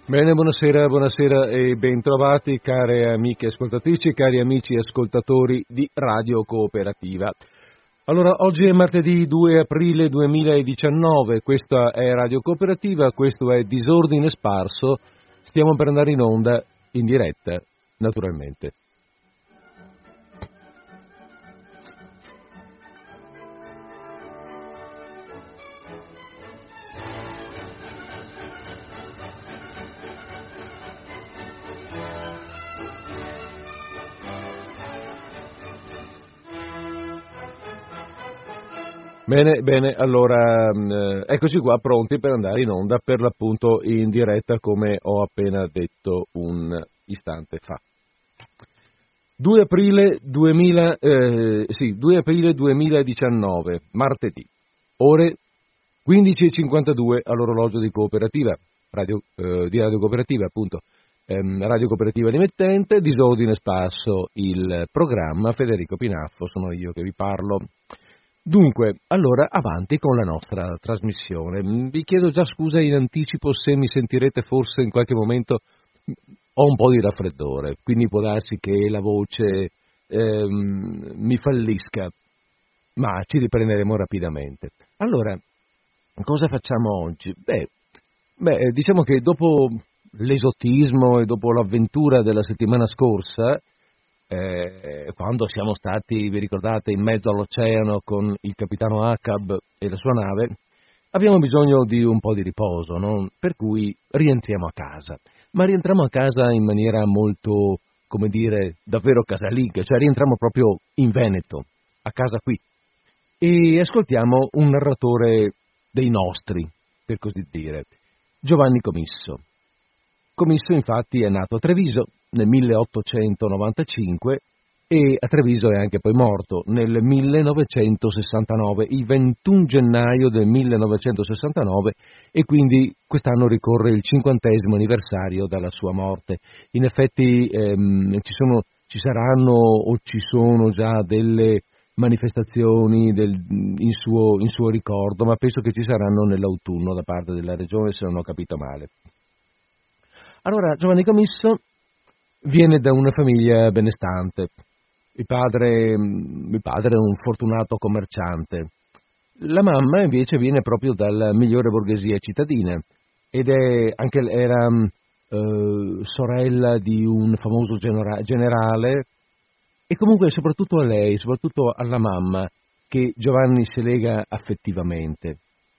Bene, buonasera e bentrovati care amiche ascoltatrici, cari amici ascoltatori di Radio Cooperativa. Allora, oggi è martedì 2 aprile 2019, questa è Radio Cooperativa, questo è Disordine Sparso, stiamo per andare in onda in diretta, naturalmente. Bene, allora eccoci qua pronti per andare in onda per l'appunto in diretta come ho appena detto un istante fa. 2 aprile 2019, martedì, ore 15:52 all'orologio di Cooperativa, di Radio Cooperativa appunto, Radio Cooperativa Rimettente, Disordine Sparso il programma, Federico Pinaffo, sono io che vi parlo. Dunque, allora avanti con la nostra trasmissione. Vi chiedo già scusa in anticipo se mi sentirete forse in qualche momento, ho un po' di raffreddore, quindi può darsi che la voce mi fallisca, ma ci riprenderemo rapidamente. Allora, cosa facciamo oggi? Diciamo che dopo l'esotismo e dopo l'avventura della settimana scorsa, quando siamo stati, vi ricordate, in mezzo all'oceano con il capitano Ahab e la sua nave, abbiamo bisogno di un po' di riposo, no? Per cui rientriamo a casa, ma rientriamo a casa in maniera molto, come dire, davvero casalinga, cioè rientriamo proprio in Veneto, a casa qui, e ascoltiamo un narratore dei nostri, per così dire, Giovanni Comisso. Comisso infatti è nato a Treviso nel 1895 e a Treviso è anche poi morto nel 1969, il 21 gennaio del 1969, e quindi quest'anno ricorre il 50° anniversario dalla sua morte. In effetti ci saranno o ci sono già delle manifestazioni in suo ricordo, ma penso che ci saranno nell'autunno da parte della regione, se non ho capito male. Allora, Giovanni Comisso viene da una famiglia benestante. Il padre è un fortunato commerciante. La mamma invece viene proprio dalla migliore borghesia cittadina ed era sorella di un famoso generale, e comunque è soprattutto a lei, soprattutto alla mamma, che Giovanni si lega affettivamente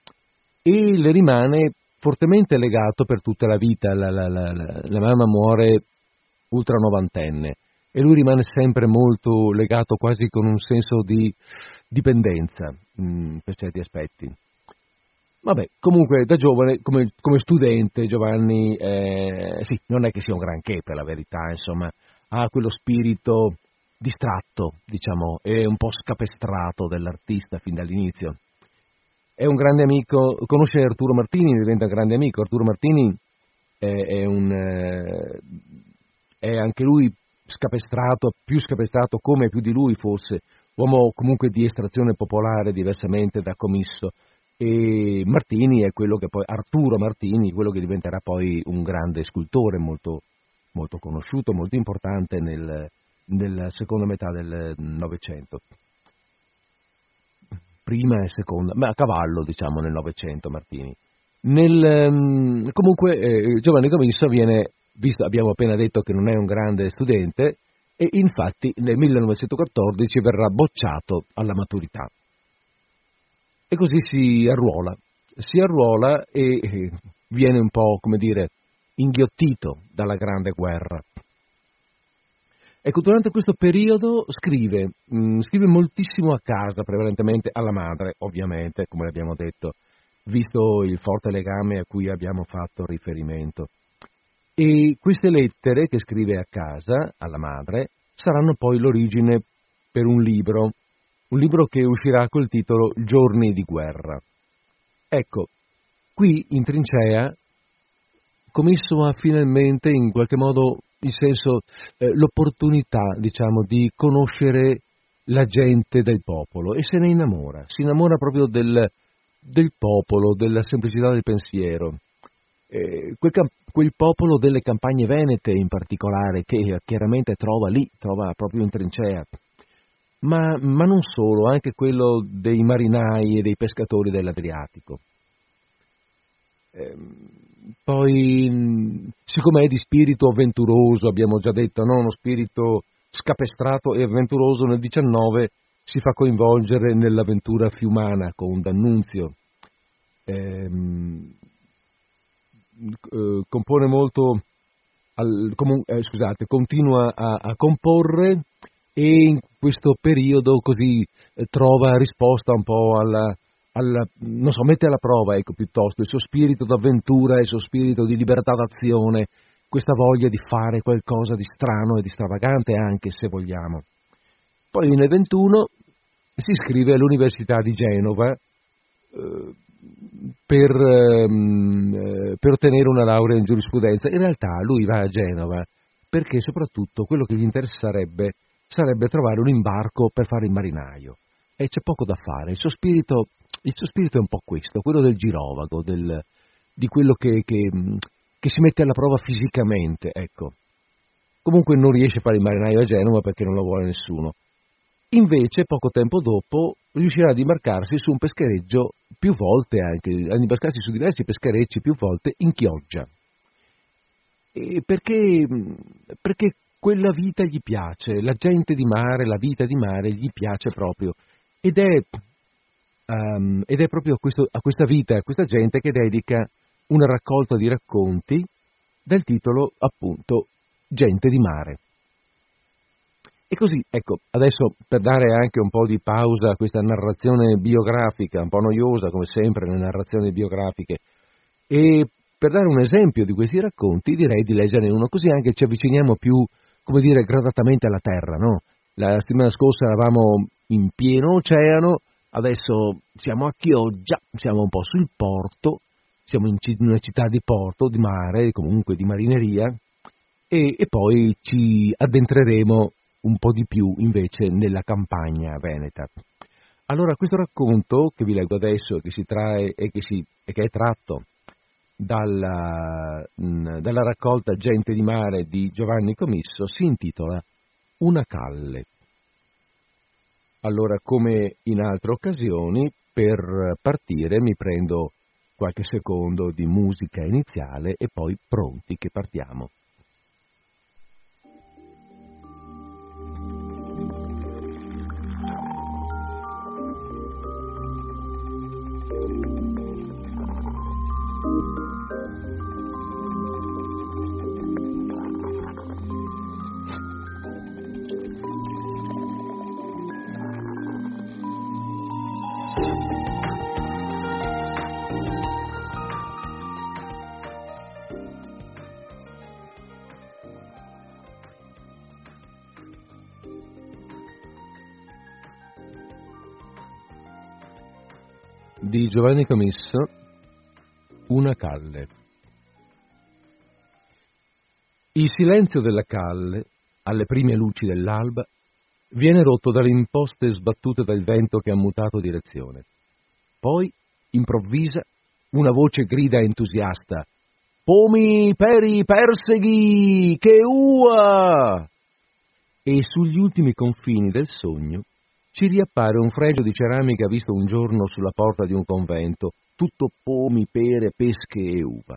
e le rimane fortemente legato per tutta la vita. La mamma muore ultra novantenne e lui rimane sempre molto legato, quasi con un senso di dipendenza per certi aspetti. Vabbè, comunque da giovane, come studente, Giovanni sì, non è che sia un granché per la verità, insomma, ha quello spirito distratto, diciamo, e un po' scapestrato dell'artista fin dall'inizio. È un grande amico, conosce Arturo Martini, diventa un grande amico. Arturo Martini è anche lui scapestrato, più scapestrato come più di lui forse, uomo comunque di estrazione popolare diversamente da Comisso, e Martini è quello che poi, Arturo Martini, quello che diventerà poi un grande scultore molto, molto conosciuto, molto importante nella seconda metà del Novecento. Prima e seconda, ma a cavallo, diciamo, nel Novecento Martini. Comunque Giovanni Comisso viene, visto, abbiamo appena detto che non è un grande studente, e infatti nel 1914 verrà bocciato alla maturità. E così si arruola e viene un po', come dire, inghiottito dalla Grande Guerra. Ecco, durante questo periodo scrive moltissimo a casa, prevalentemente alla madre, ovviamente, come abbiamo detto, visto il forte legame a cui abbiamo fatto riferimento. E queste lettere che scrive a casa, alla madre, saranno poi l'origine per un libro che uscirà col titolo Giorni di guerra. Ecco, qui in trincea Comisso ha finalmente, in qualche modo, il senso, l'opportunità, diciamo, di conoscere la gente del popolo, e se ne innamora, si innamora proprio del popolo, della semplicità del pensiero. quel popolo delle campagne venete in particolare, che chiaramente trova proprio in trincea, ma non solo, anche quello dei marinai e dei pescatori dell'Adriatico. Poi, siccome è di spirito avventuroso, abbiamo già detto, no? Uno spirito scapestrato e avventuroso, nel 19 si fa coinvolgere nell'avventura fiumana con D'Annunzio. Compone molto, continua a comporre, e in questo periodo così trova risposta un po' mette alla prova, ecco, piuttosto il suo spirito d'avventura, il suo spirito di libertà d'azione, questa voglia di fare qualcosa di strano e di stravagante, anche se vogliamo. Poi nel 21 si iscrive all'Università di Genova per ottenere una laurea in giurisprudenza. In realtà lui va a Genova perché soprattutto quello che gli interesserebbe sarebbe trovare un imbarco per fare il marinaio, e c'è poco da fare. Il suo spirito è un po' questo, quello del girovago, di quello che si mette alla prova fisicamente, ecco. Comunque non riesce a fare il marinaio a Genova perché non lo vuole nessuno. Invece, poco tempo dopo, riuscirà ad imbarcarsi su un peschereccio più volte, anche ad imbarcarsi su diversi pescherecci più volte in Chioggia. E perché quella vita gli piace, la gente di mare, la vita di mare gli piace proprio, ed è proprio a questa vita, a questa gente che dedica una raccolta di racconti dal titolo appunto Gente di mare. E così, ecco, adesso per dare anche un po' di pausa a questa narrazione biografica, un po' noiosa come sempre le narrazioni biografiche, e per dare un esempio di questi racconti direi di leggerne uno, così anche ci avviciniamo più, come dire, gradatamente alla terra, no? La settimana scorsa eravamo in pieno oceano, adesso siamo a Chioggia, siamo un po' sul porto, siamo in una città di porto, di mare, comunque di marineria, e poi ci addentreremo un po' di più invece nella campagna veneta. Allora, questo racconto che vi leggo adesso, che si trae e che è tratto dalla raccolta Gente di mare di Giovanni Comisso, si intitola Una calle. Allora, come in altre occasioni, per partire mi prendo qualche secondo di musica iniziale e poi pronti che partiamo. Di Giovanni Comisso, Una calle. Il silenzio della calle, alle prime luci dell'alba, viene rotto dalle imposte sbattute dal vento che ha mutato direzione. Poi, improvvisa, una voce grida entusiasta: «Pomi, peri, perseghi, che ua!» E sugli ultimi confini del sogno ci riappare un fregio di ceramica visto un giorno sulla porta di un convento, tutto pomi, pere, pesche e uva.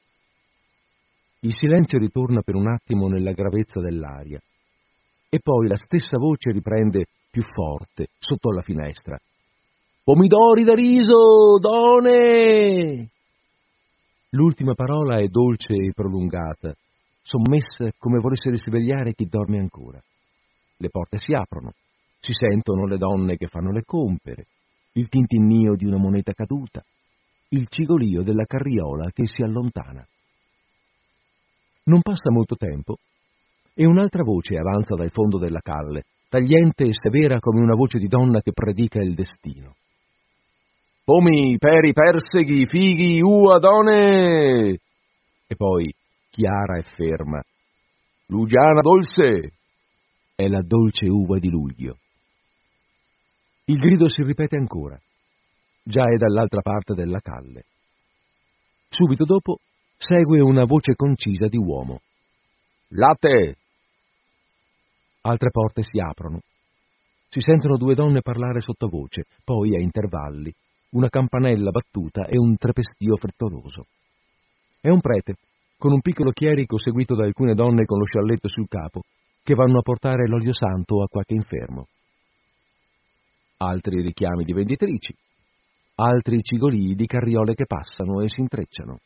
Il silenzio ritorna per un attimo nella gravezza dell'aria, e poi la stessa voce riprende più forte sotto la finestra: «Pomidori da riso, done!» L'ultima parola è dolce e prolungata, sommessa come volesse risvegliare chi dorme ancora. Le porte si aprono. Si sentono le donne che fanno le compere, il tintinnio di una moneta caduta, il cigolio della carriola che si allontana. Non passa molto tempo e un'altra voce avanza dal fondo della calle, tagliente e severa come una voce di donna che predica il destino. «Pomi, peri, perseghi, fighi, ua, done!» E poi, chiara e ferma: «Lugiana dolce!» È la dolce uva di luglio. Il grido si ripete ancora. Già è dall'altra parte della calle. Subito dopo segue una voce concisa di uomo. «Latte!» Altre porte si aprono. Si sentono due donne parlare sottovoce, poi, a intervalli, una campanella battuta e un trepestio frettoloso. È un prete, con un piccolo chierico seguito da alcune donne con lo scialletto sul capo, che vanno a portare l'olio santo a qualche infermo. Altri richiami di venditrici, altri cigolii di carriole che passano e si intrecciano.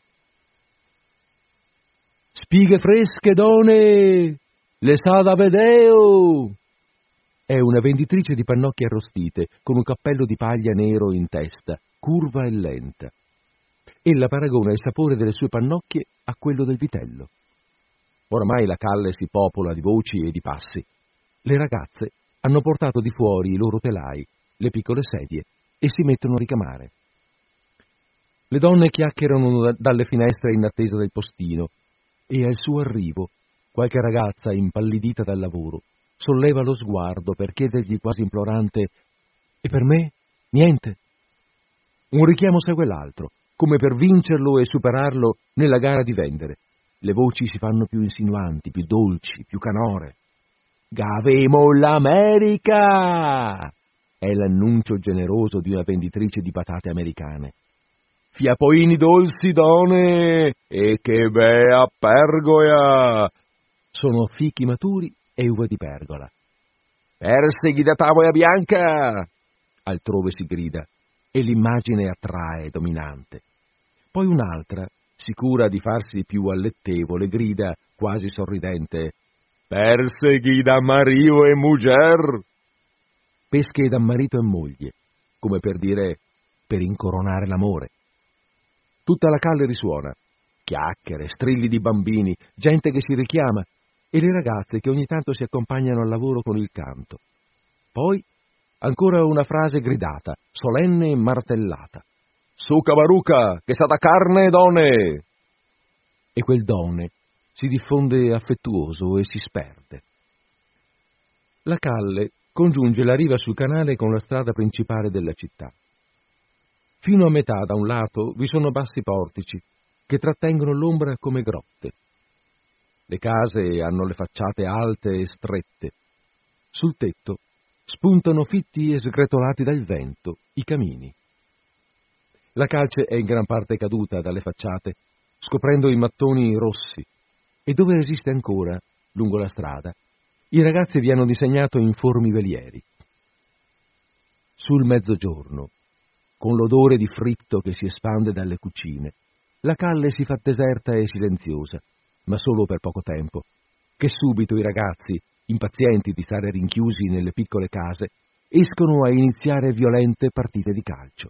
«Spighe fresche, done! Le sa da vedeo!» È una venditrice di pannocchie arrostite, con un cappello di paglia nero in testa, curva e lenta. Ella paragona il sapore delle sue pannocchie a quello del vitello. Oramai la calle si popola di voci e di passi. Le ragazze hanno portato di fuori i loro telai, le piccole sedie, e si mettono a ricamare. Le donne chiacchierano dalle finestre in attesa del postino, e al suo arrivo qualche ragazza impallidita dal lavoro solleva lo sguardo per chiedergli quasi implorante: «E per me? Niente?» Un richiamo segue l'altro, come per vincerlo e superarlo nella gara di vendere. Le voci si fanno più insinuanti, più dolci, più canore. «Gavemo l'America!» è l'annuncio generoso di una venditrice di patate americane. «Fiapoini dolci, done! E che bea pergola!» Sono fichi maturi e uva di pergola. «Perseghi da tavola bianca!» altrove si grida, e l'immagine attrae dominante. Poi un'altra, sicura di farsi più allettevole, grida, quasi sorridente: «Perseghi da mario e muger!» Pesche da marito e moglie, come per dire, per incoronare l'amore. Tutta la calle risuona, chiacchiere, strilli di bambini, gente che si richiama, e le ragazze che ogni tanto si accompagnano al lavoro con il canto. Poi ancora una frase gridata, solenne e martellata: «Su Cavaruca, che sa da carne, done!» E quel done si diffonde affettuoso e si sperde. La calle congiunge la riva sul canale con la strada principale della città. Fino a metà, da un lato, vi sono bassi portici che trattengono l'ombra come grotte. Le case hanno le facciate alte e strette. Sul tetto spuntano fitti e sgretolati dal vento i camini. La calce è in gran parte caduta dalle facciate, scoprendo i mattoni rossi, e dove resiste ancora, lungo la strada, i ragazzi vi hanno disegnato informi velieri. Sul mezzogiorno, con l'odore di fritto che si espande dalle cucine, la calle si fa deserta e silenziosa, ma solo per poco tempo, che subito i ragazzi, impazienti di stare rinchiusi nelle piccole case, escono a iniziare violente partite di calcio.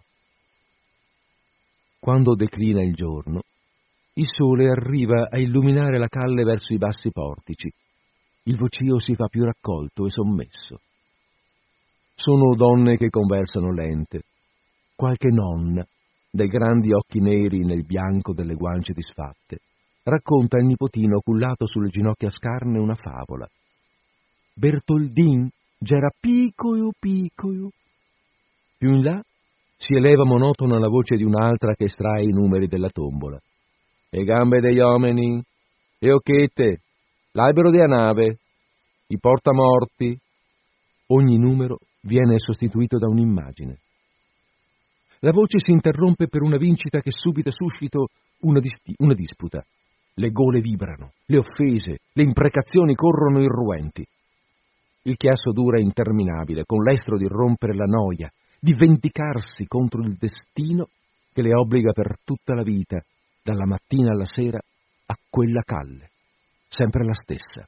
Quando declina il giorno, il sole arriva a illuminare la calle verso i bassi portici. Il vocio si fa più raccolto e sommesso. Sono donne che conversano lente. Qualche nonna, dai grandi occhi neri nel bianco delle guance disfatte, racconta al nipotino cullato sulle ginocchia scarne una favola. Bertoldin c'era piccolo. Più in là si eleva monotona la voce di un'altra che estrae i numeri della tombola. Le gambe degli uomini, le occhette, l'albero della nave, i portamorti. Ogni numero viene sostituito da un'immagine. La voce si interrompe per una vincita che subito suscita una disputa. Le gole vibrano, le offese, le imprecazioni corrono irruenti. Il chiasso dura interminabile, con l'estro di rompere la noia, di vendicarsi contro il destino che le obbliga per tutta la vita, dalla mattina alla sera, a quella calle, sempre la stessa.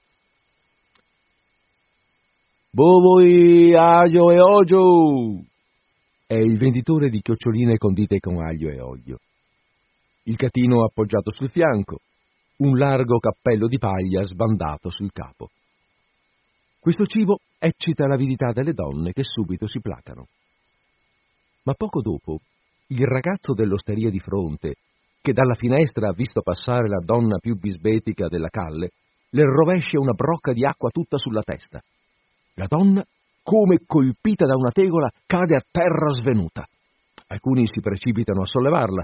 «Bovoi, aglio e olio!» è il venditore di chioccioline condite con aglio e olio. Il catino appoggiato sul fianco, un largo cappello di paglia sbandato sul capo. Questo cibo eccita l'avidità delle donne che subito si placano. Ma poco dopo, il ragazzo dell'osteria di fronte, che dalla finestra ha visto passare la donna più bisbetica della calle, le rovescia una brocca di acqua tutta sulla testa. La donna, come colpita da una tegola, cade a terra svenuta. Alcuni si precipitano a sollevarla,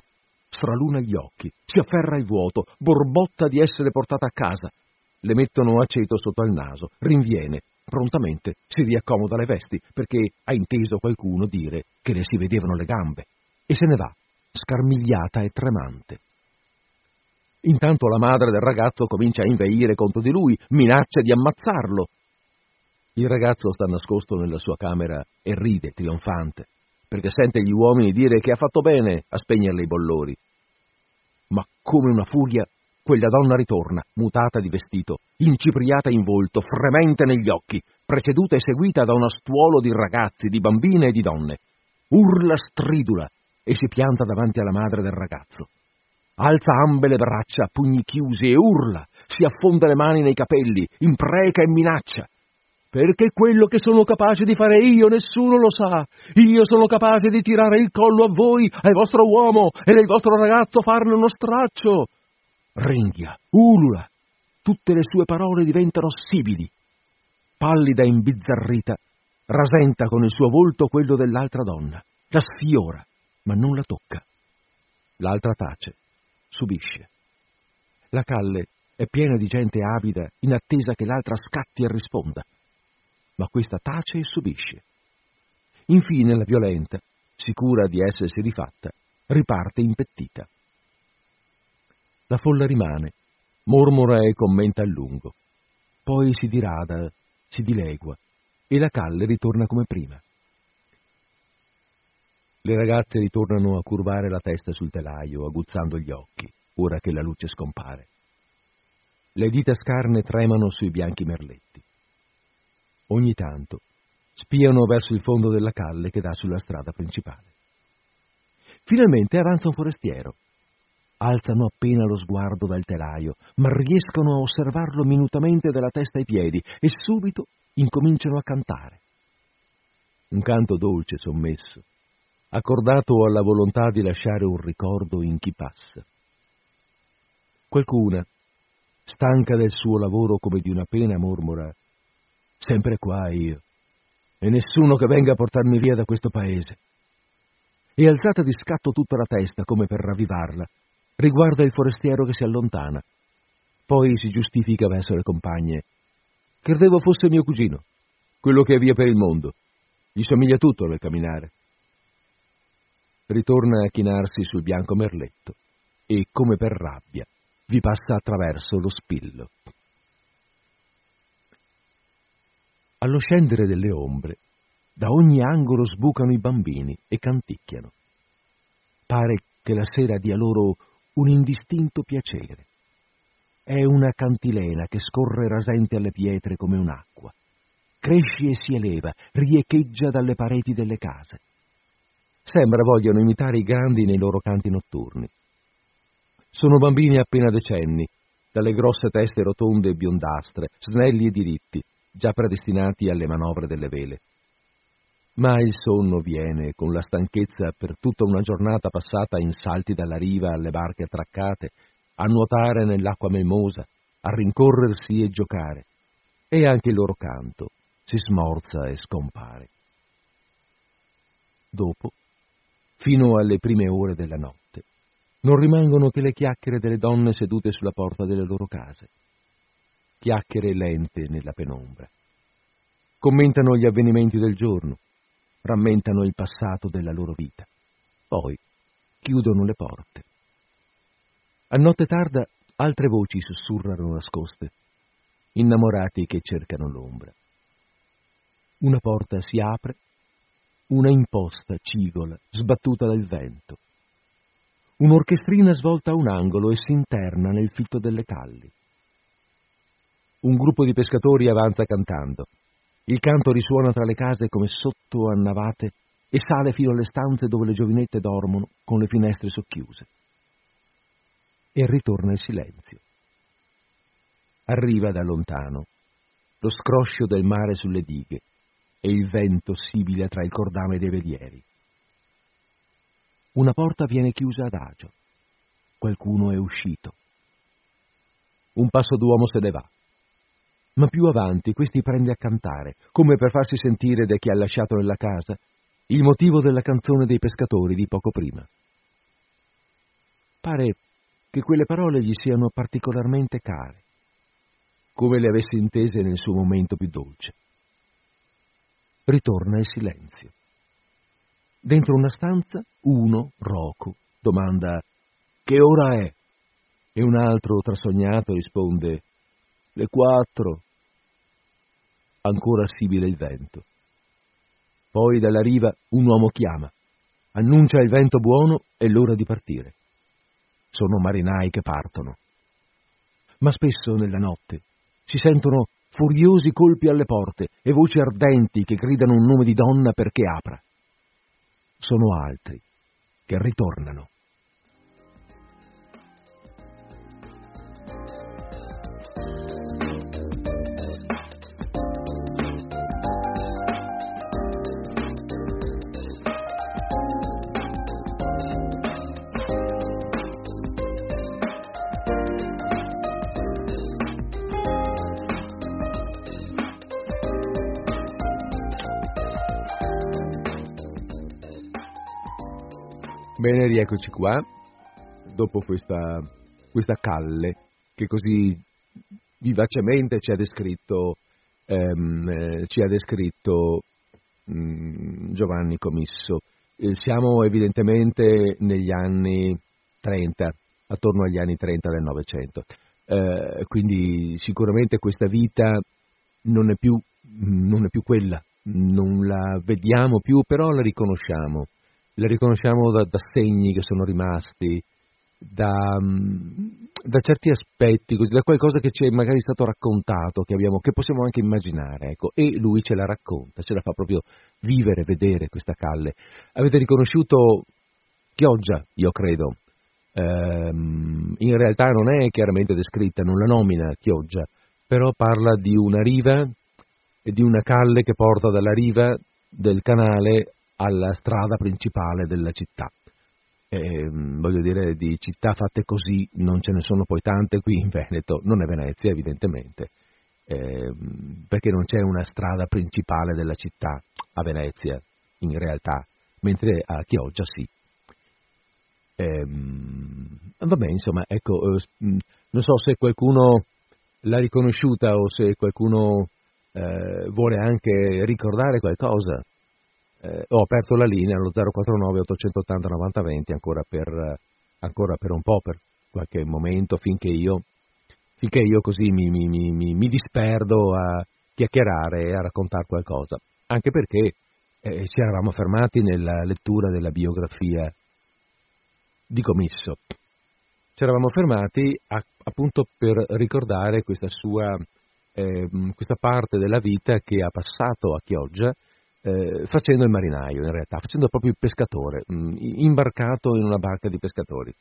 straluna gli occhi, si afferra il vuoto, borbotta di essere portata a casa. Le mettono aceto sotto al naso, rinviene, prontamente si riaccomoda le vesti perché ha inteso qualcuno dire che le si vedevano le gambe e se ne va, scarmigliata e tremante. Intanto la madre del ragazzo comincia a inveire contro di lui, minaccia di ammazzarlo. Il ragazzo sta nascosto nella sua camera e ride trionfante, perché sente gli uomini dire che ha fatto bene a spegnerle i bollori. Ma come una furia, quella donna ritorna, mutata di vestito, incipriata in volto, fremente negli occhi, preceduta e seguita da uno stuolo di ragazzi, di bambine e di donne. Urla stridula e si pianta davanti alla madre del ragazzo. Alza ambe le braccia a pugni chiusi e urla, si affonda le mani nei capelli, impreca e minaccia. Perché quello che sono capace di fare io nessuno lo sa. Io sono capace di tirare il collo a voi, al vostro uomo e del vostro ragazzo farne uno straccio. Ringhia, ulula, tutte le sue parole diventano sibili. Pallida e imbizzarrita, rasenta con il suo volto quello dell'altra donna, la sfiora, ma non la tocca. L'altra tace, subisce. La calle è piena di gente avida in attesa che l'altra scatti e risponda, ma questa tace e subisce. Infine la violenta, sicura di essersi rifatta, riparte impettita. La folla rimane, mormora e commenta a lungo, poi si dirada, si dilegua e la calle ritorna come prima. Le ragazze ritornano a curvare la testa sul telaio, aguzzando gli occhi, ora che la luce scompare. Le dita scarne tremano sui bianchi merletti. Ogni tanto spiano verso il fondo della calle che dà sulla strada principale. Finalmente avanza un forestiero. Alzano appena lo sguardo dal telaio, ma riescono a osservarlo minutamente dalla testa ai piedi e subito incominciano a cantare. Un canto dolce, sommesso, accordato alla volontà di lasciare un ricordo in chi passa. Qualcuna, stanca del suo lavoro come di una pena, mormora: «Sempre qua io, e nessuno che venga a portarmi via da questo paese». E alzata di scatto tutta la testa, come per ravvivarla, riguarda il forestiero che si allontana. Poi si giustifica verso le compagne: «Credevo fosse mio cugino, quello che è via per il mondo. Gli somiglia tutto nel camminare». Ritorna a chinarsi sul bianco merletto e, come per rabbia, vi passa attraverso lo spillo. Allo scendere delle ombre, da ogni angolo sbucano i bambini e canticchiano. Pare che la sera dia loro un indistinto piacere. È una cantilena che scorre rasente alle pietre come un'acqua. Cresce e si eleva, riecheggia dalle pareti delle case. Sembra vogliano imitare i grandi nei loro canti notturni. Sono bambini appena decenni, dalle grosse teste rotonde e biondastre, snelli e diritti, già predestinati alle manovre delle vele. Ma il sonno viene con la stanchezza per tutta una giornata passata in salti dalla riva alle barche attraccate, a nuotare nell'acqua melmosa, a rincorrersi e giocare, e anche il loro canto si smorza e scompare. Dopo, fino alle prime ore della notte, non rimangono che le chiacchiere delle donne sedute sulla porta delle loro case. Chiacchiere lente nella penombra. Commentano gli avvenimenti del giorno, rammentano il passato della loro vita, poi chiudono le porte. A notte tarda altre voci sussurrano nascoste, innamorati che cercano l'ombra. Una porta si apre, una imposta cigola, sbattuta dal vento. Un'orchestrina svolta a un angolo e si interna nel fitto delle calli. Un gruppo di pescatori avanza cantando. Il canto risuona tra le case come sotto a navate e sale fino alle stanze dove le giovinette dormono con le finestre socchiuse. E ritorna il silenzio. Arriva da lontano lo scroscio del mare sulle dighe e il vento sibila tra il cordame dei velieri. Una porta viene chiusa adagio. Qualcuno è uscito. Un passo d'uomo se ne va. Ma più avanti questi prende a cantare, come per farsi sentire da chi ha lasciato nella casa il motivo della canzone dei pescatori di poco prima. pare che quelle parole gli siano particolarmente care, come le avesse intese nel suo momento più dolce. Ritorna il silenzio. Dentro una stanza, uno, roco, domanda «Che ora è?» e un altro, trasognato, risponde «Le 4». Ancora sibila il vento. Poi dalla riva un uomo chiama, annuncia il vento buono e l'ora di partire. Sono marinai che partono. Ma spesso nella notte si sentono furiosi colpi alle porte e voci ardenti che gridano un nome di donna perché apra. Sono altri che ritornano. Bene, rieccoci qua, dopo questa calle che così vivacemente ci ha descritto Giovanni Comisso. Siamo evidentemente negli anni 30, attorno agli anni 30 del Novecento, quindi sicuramente questa vita non è più quella, non la vediamo più, però la riconosciamo da segni che sono rimasti, da certi aspetti, così, da qualcosa che ci è magari stato raccontato, che possiamo anche immaginare, ecco, e lui ce la racconta, ce la fa proprio vivere, vedere questa calle. Avete riconosciuto Chioggia, io credo. In realtà non è chiaramente descritta, non la nomina Chioggia, però parla di una riva e di una calle che porta dalla riva del canale alla strada principale della città. Voglio dire, di città fatte così non ce ne sono poi tante qui in Veneto, non è Venezia evidentemente, perché non c'è una strada principale della città a Venezia in realtà, mentre a Chioggia sì. Vabbè, insomma, ecco, non so se qualcuno l'ha riconosciuta o se qualcuno vuole anche ricordare qualcosa. Ho aperto la linea allo 049 880 9020 ancora per un po', per qualche momento, finché io così mi disperdo a chiacchierare e a raccontare qualcosa, anche perché ci eravamo fermati nella lettura della biografia di Comisso. Ci eravamo fermati appunto per ricordare questa parte della vita che ha passato a Chioggia, facendo il marinaio, in realtà, facendo proprio il pescatore, imbarcato in una barca di pescatori.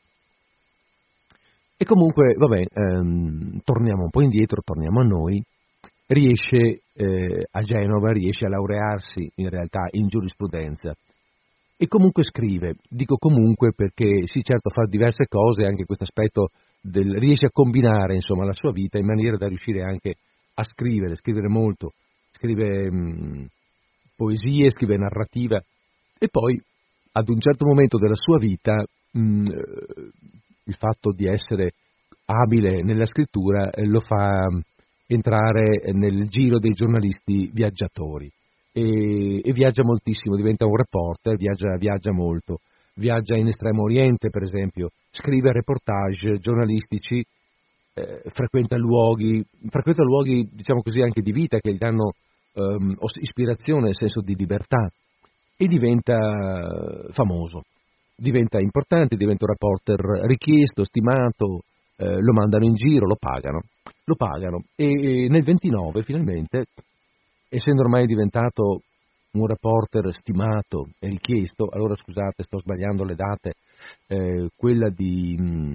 E comunque, vabbè, torniamo un po' indietro, torniamo a noi, riesce a Genova, riesce a laurearsi in realtà in giurisprudenza. E comunque scrive, dico comunque perché sì, certo, fa diverse cose, anche questo aspetto riesce a combinare, insomma, la sua vita in maniera da riuscire anche a scrivere molto, scrive poesie, scrive narrativa, e poi ad un certo momento della sua vita il fatto di essere abile nella scrittura lo fa entrare nel giro dei giornalisti viaggiatori e viaggia moltissimo, diventa un reporter, viaggia molto, viaggia in Estremo Oriente per esempio, scrive reportage giornalistici, frequenta luoghi diciamo così anche di vita che gli danno ispirazione e senso di libertà, e diventa famoso, diventa importante, diventa un reporter richiesto, stimato, lo mandano in giro, lo pagano e nel 29 finalmente, essendo ormai diventato un reporter stimato e richiesto, allora scusate, sto sbagliando le date, quella di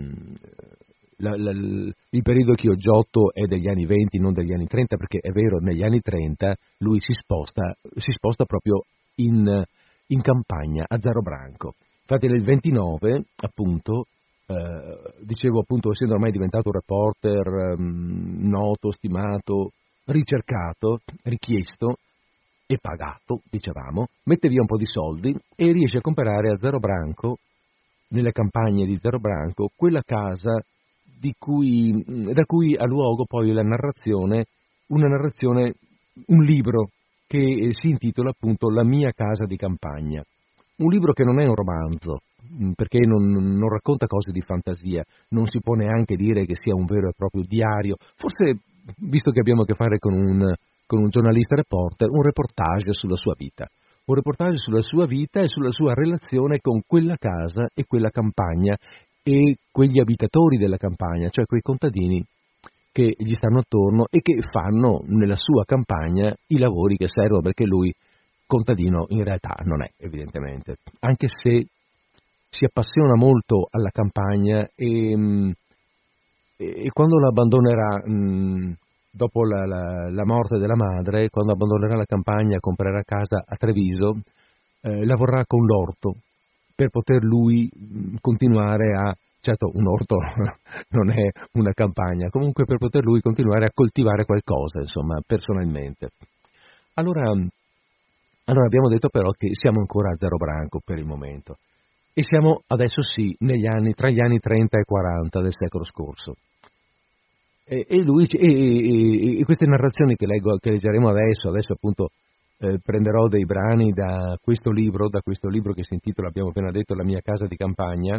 il periodo Chioggiotto è degli anni 20, non degli anni 30, perché è vero, negli anni 30 lui si sposta proprio in campagna, a Zaro Branco. Infatti nel 29, appunto, dicevo appunto, essendo ormai diventato un reporter noto, stimato, ricercato, richiesto e pagato, dicevamo, mette via un po' di soldi e riesce a comprare a Zaro Branco nelle campagne di Zero Branco, quella casa da cui ha luogo poi una narrazione, un libro che si intitola appunto La mia casa di campagna. Un libro che non è un romanzo, perché non racconta cose di fantasia, non si può neanche dire che sia un vero e proprio diario, forse, visto che abbiamo a che fare con un giornalista reporter, un reportage sulla sua vita. Un reportage sulla sua vita e sulla sua relazione con quella casa e quella campagna e quegli abitatori della campagna, cioè quei contadini che gli stanno attorno e che fanno nella sua campagna i lavori che servono, perché lui contadino in realtà non è, evidentemente, anche se si appassiona molto alla campagna e quando la abbandonerà, dopo la morte della madre, quando abbandonerà la campagna e comprerà casa a Treviso, lavorerà con l'orto per poter lui continuare a, certo un orto non è una campagna, comunque per poter lui continuare a coltivare qualcosa, insomma, personalmente. Allora abbiamo detto però che siamo ancora a Zero Branco per il momento e siamo adesso sì tra gli anni 30 e 40 del secolo scorso. E queste narrazioni che leggeremo adesso appunto prenderò dei brani da questo libro che si intitola, abbiamo appena detto, La mia casa di campagna,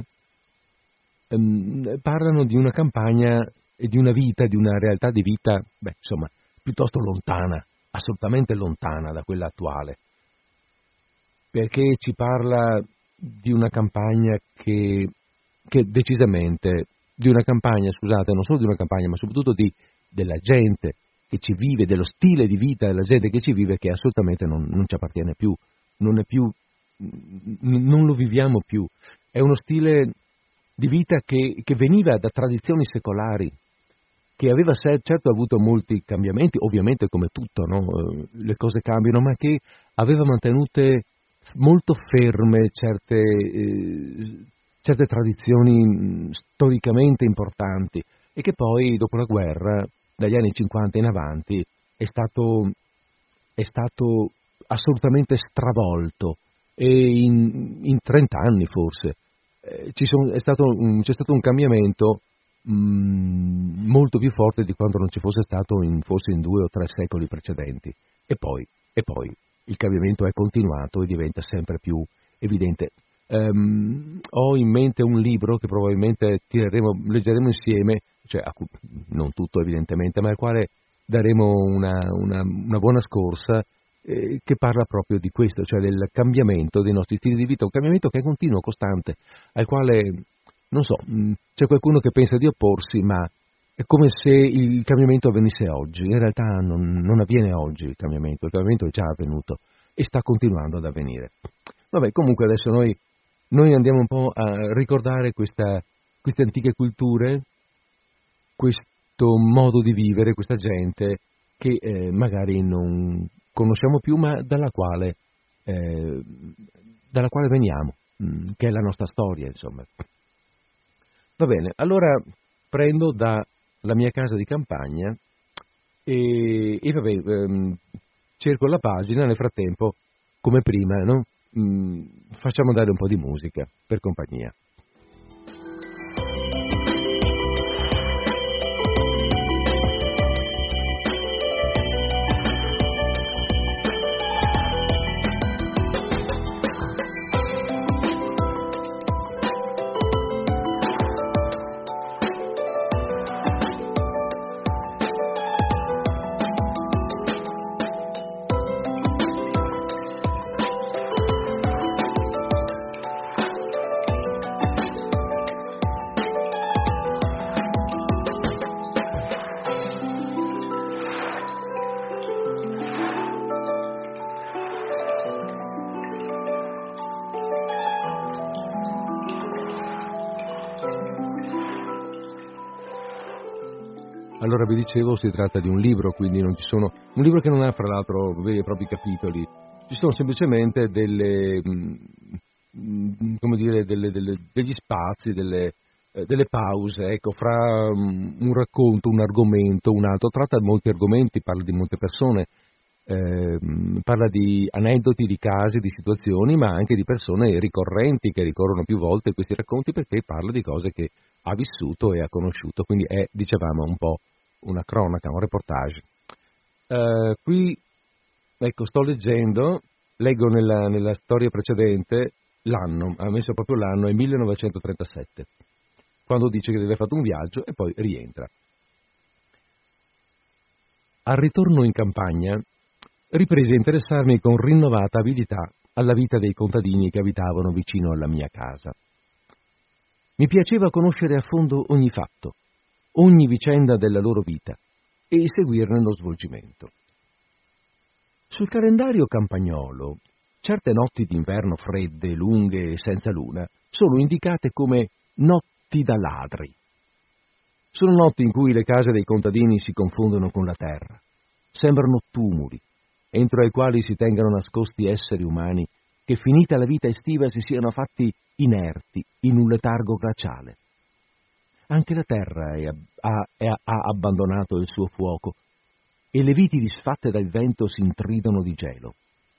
parlano di una campagna e di una vita, di una realtà di vita, insomma, piuttosto lontana, assolutamente lontana da quella attuale, perché ci parla di una campagna che decisamente, di una campagna, scusate, non solo di una campagna, ma soprattutto della gente che ci vive, dello stile di vita della gente che ci vive, che assolutamente non ci appartiene più, non lo viviamo più. È uno stile di vita che veniva da tradizioni secolari, che aveva certo avuto molti cambiamenti, ovviamente come tutto, no? Le cose cambiano, ma che aveva mantenute molto ferme certe tradizioni storicamente importanti e che poi dopo la guerra, dagli anni 50 in avanti, è stato assolutamente stravolto e in 30 anni forse c'è stato un cambiamento molto più forte di quanto non ci fosse stato forse in 2 o 3 secoli precedenti e poi il cambiamento è continuato e diventa sempre più evidente. Ho in mente un libro che probabilmente leggeremo insieme, cioè non tutto evidentemente, ma al quale daremo una buona scorsa, che parla proprio di questo, cioè del cambiamento dei nostri stili di vita, un cambiamento che è continuo, costante, al quale, non so, c'è qualcuno che pensa di opporsi, ma è come se il cambiamento avvenisse oggi. In realtà non avviene oggi il cambiamento è già avvenuto e sta continuando ad avvenire. Vabbè, comunque adesso noi andiamo un po' a ricordare queste antiche culture, questo modo di vivere, questa gente che magari non conosciamo più, ma dalla quale veniamo, che è la nostra storia, insomma. Va bene, allora prendo dalla mia casa di campagna e cerco la pagina, nel frattempo, come prima, no? Facciamo andare un po' di musica per compagnia. Allora vi dicevo, si tratta di un libro, quindi un libro che non ha fra l'altro veri e propri capitoli, ci sono semplicemente degli spazi, delle pause, ecco, fra un racconto, un argomento, un altro. Tratta molti argomenti, parla di molte persone, parla di aneddoti, di casi, di situazioni, ma anche di persone ricorrenti che ricorrono più volte in questi racconti, perché parla di cose che ha vissuto e ha conosciuto, quindi è, dicevamo, un po' una cronaca, un reportage. Qui, ecco, sto leggendo, leggo nella storia precedente l'anno, ha messo proprio l'anno, è 1937, quando dice che deve aver fatto un viaggio e poi rientra. Al ritorno in campagna ripresi a interessarmi con rinnovata avidità alla vita dei contadini che abitavano vicino alla mia casa. Mi piaceva conoscere a fondo ogni fatto, ogni vicenda della loro vita e seguirne lo svolgimento. Sul calendario campagnolo, certe notti d'inverno fredde, lunghe e senza luna sono indicate come notti da ladri. Sono notti in cui le case dei contadini si confondono con la terra, sembrano tumuli, entro ai quali si tengano nascosti esseri umani che, finita la vita estiva, si siano fatti inerti in un letargo glaciale. Anche la terra ha abbandonato il suo fuoco e le viti disfatte dal vento si intridono di gelo.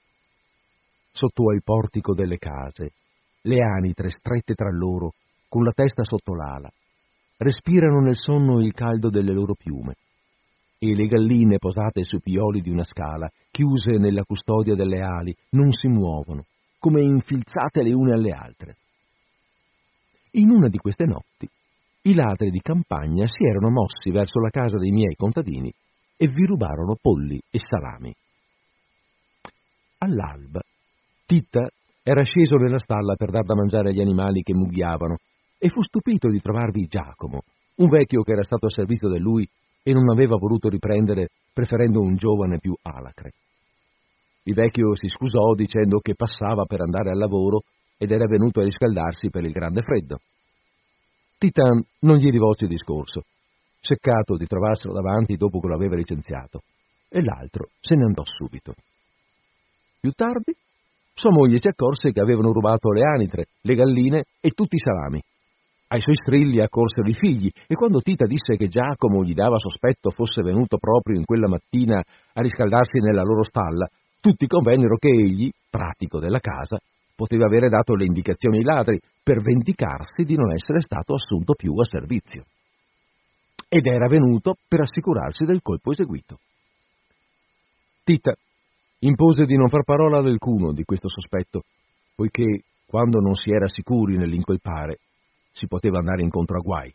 Sotto al portico delle case, le anitre strette tra loro, con la testa sotto l'ala, respirano nel sonno il caldo delle loro piume, e le galline posate sui pioli di una scala, chiuse nella custodia delle ali, non si muovono, come infilzate le une alle altre. In una di queste notti, i ladri di campagna si erano mossi verso la casa dei miei contadini e vi rubarono polli e salami. All'alba, Titta era sceso nella stalla per dar da mangiare agli animali che mugghiavano e fu stupito di trovarvi Giacomo, un vecchio che era stato a servizio da lui e non aveva voluto riprendere, preferendo un giovane più alacre. Il vecchio si scusò dicendo che passava per andare al lavoro ed era venuto a riscaldarsi per il grande freddo. Titta non gli rivolse discorso, seccato di trovarselo davanti dopo che lo aveva licenziato, e l'altro se ne andò subito. Più tardi, sua moglie si accorse che avevano rubato le anitre, le galline e tutti i salami. Ai suoi strilli accorsero i figli e quando Tita disse che Giacomo gli dava sospetto fosse venuto proprio in quella mattina a riscaldarsi nella loro stalla, tutti convennero che egli, pratico della casa, poteva avere dato le indicazioni ai ladri per vendicarsi di non essere stato assunto più a servizio. Ed era venuto per assicurarsi del colpo eseguito. Tita impose di non far parola ad alcuno di questo sospetto, poiché, quando non si era sicuri nell'incolpare, si poteva andare incontro a guai.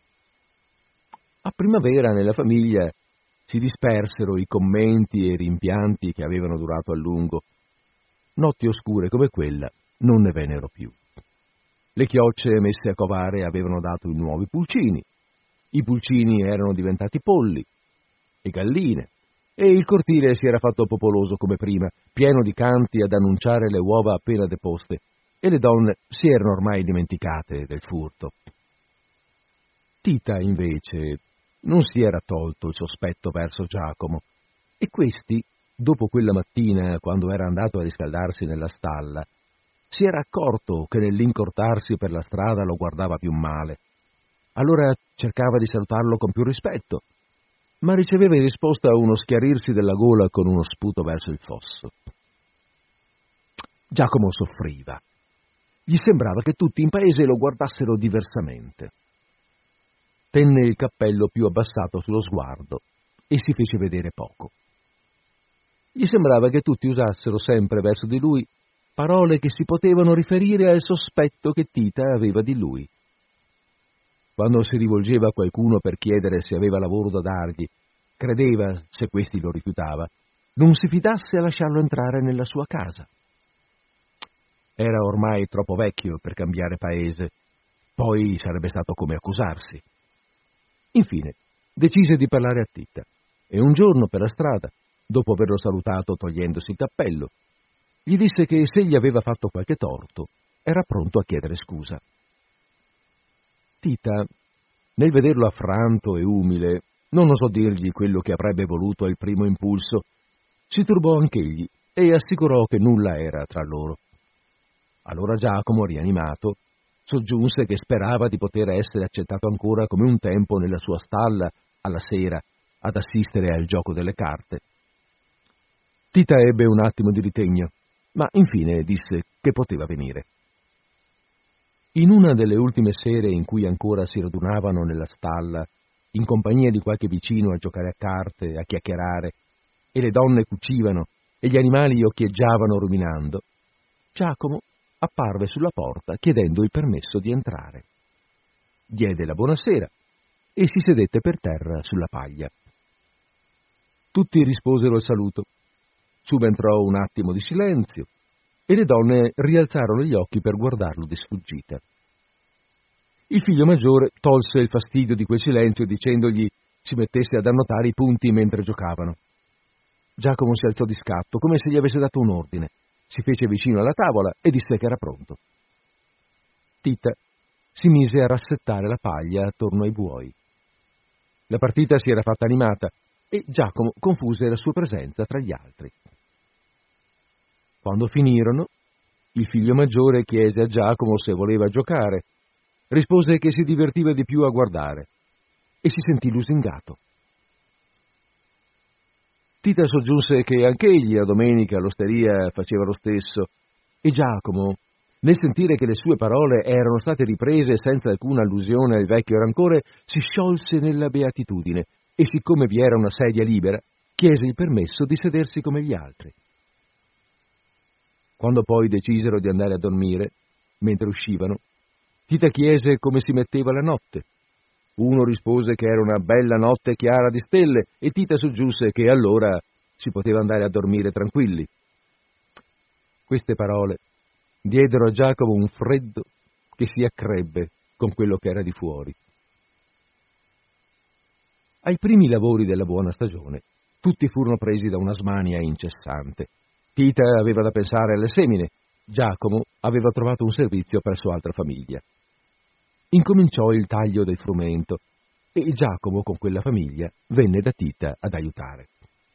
A primavera nella famiglia si dispersero i commenti e i rimpianti che avevano durato a lungo. Notti oscure come quella non ne vennero più. Le chiocce messe a covare avevano dato i nuovi pulcini, i pulcini erano diventati polli e galline, e il cortile si era fatto popoloso come prima, pieno di canti ad annunciare le uova appena deposte, e le donne si erano ormai dimenticate del furto. Tita, invece, non si era tolto il sospetto verso Giacomo, e questi, dopo quella mattina, quando era andato a riscaldarsi nella stalla, si era accorto che nell'incortarsi per la strada lo guardava più male. Allora cercava di salutarlo con più rispetto, ma riceveva in risposta uno schiarirsi della gola con uno sputo verso il fosso. Giacomo soffriva. Gli sembrava che tutti in paese lo guardassero diversamente. Tenne il cappello più abbassato sullo sguardo e si fece vedere poco. Gli sembrava che tutti usassero sempre verso di lui parole che si potevano riferire al sospetto che Tita aveva di lui. Quando si rivolgeva a qualcuno per chiedere se aveva lavoro da dargli, credeva, se questi lo rifiutava, non si fidasse a lasciarlo entrare nella sua casa. Era ormai troppo vecchio per cambiare paese, poi sarebbe stato come accusarsi. Infine, decise di parlare a Titta, e un giorno per la strada, dopo averlo salutato togliendosi il cappello, gli disse che se gli aveva fatto qualche torto, era pronto a chiedere scusa. Tita, nel vederlo affranto e umile, non osò dirgli quello che avrebbe voluto al primo impulso. Si turbò anch'egli e assicurò che nulla era tra loro. Allora Giacomo, rianimato, soggiunse che sperava di poter essere accettato ancora come un tempo nella sua stalla, alla sera, ad assistere al gioco delle carte. Tita ebbe un attimo di ritegno, ma infine disse che poteva venire. In una delle ultime sere in cui ancora si radunavano nella stalla, in compagnia di qualche vicino a giocare a carte, a chiacchierare, e le donne cucivano e gli animali occhieggiavano ruminando, Giacomo apparve sulla porta chiedendo il permesso di entrare. Diede la buonasera e si sedette per terra sulla paglia. Tutti risposero il saluto. Subentrò un attimo di silenzio e le donne rialzarono gli occhi per guardarlo di sfuggita. Il figlio maggiore tolse il fastidio di quel silenzio dicendogli si mettesse ad annotare i punti mentre giocavano. Giacomo si alzò di scatto, come se gli avesse dato un ordine. Si fece vicino alla tavola e disse che era pronto. Tita si mise a rassettare la paglia attorno ai buoi. La partita si era fatta animata e Giacomo confuse la sua presenza tra gli altri. Quando finirono, il figlio maggiore chiese a Giacomo se voleva giocare. Rispose che si divertiva di più a guardare e si sentì lusingato. Tita soggiunse che anch'egli a domenica all'osteria faceva lo stesso e Giacomo, nel sentire che le sue parole erano state riprese senza alcuna allusione al vecchio rancore, si sciolse nella beatitudine e, siccome vi era una sedia libera, chiese il permesso di sedersi come gli altri. Quando poi decisero di andare a dormire, mentre uscivano, Tita chiese come si metteva la notte. Uno rispose che era una bella notte chiara di stelle e Tita soggiunse che allora si poteva andare a dormire tranquilli. Queste parole diedero a Giacomo un freddo che si accrebbe con quello che era di fuori. Ai primi lavori della buona stagione tutti furono presi da una smania incessante. Tita aveva da pensare alle semine, Giacomo aveva trovato un servizio presso altra famiglia. Incominciò il taglio del frumento e Giacomo con quella famiglia venne da Tita ad aiutare.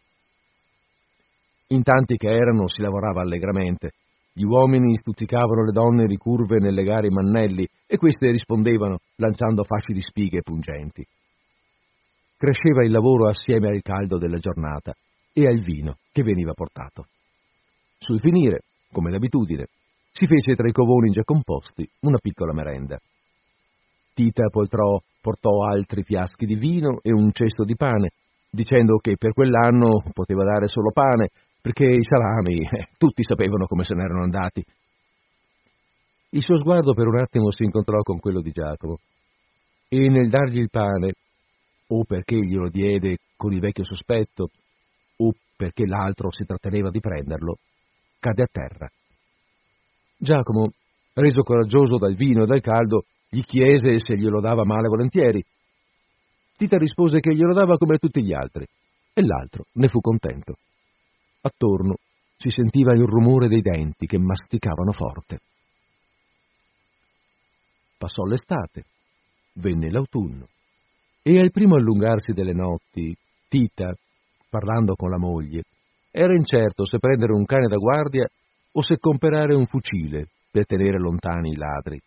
In tanti che erano si lavorava allegramente. Gli uomini stuzzicavano le donne ricurve nel legare i mannelli e queste rispondevano lanciando fasci di spighe pungenti. Cresceva il lavoro assieme al caldo della giornata e al vino che veniva portato. Sul finire, come d'abitudine, si fece tra i covoni già composti una piccola merenda. Tita portò altri fiaschi di vino e un cesto di pane, dicendo che per quell'anno poteva dare solo pane, perché i salami tutti sapevano come se n'erano andati. Il suo sguardo per un attimo si incontrò con quello di Giacomo, e nel dargli il pane, o perché glielo diede con il vecchio sospetto, o perché l'altro si tratteneva di prenderlo, cadde a terra. Giacomo, reso coraggioso dal vino e dal caldo, gli chiese se glielo dava male volentieri. Tita rispose che glielo dava come tutti gli altri, e l'altro ne fu contento. Attorno si sentiva il rumore dei denti che masticavano forte. Passò l'estate, venne l'autunno, e al primo allungarsi delle notti, Tita, parlando con la moglie, era incerto se prendere un cane da guardia o se comperare un fucile per tenere lontani i ladri.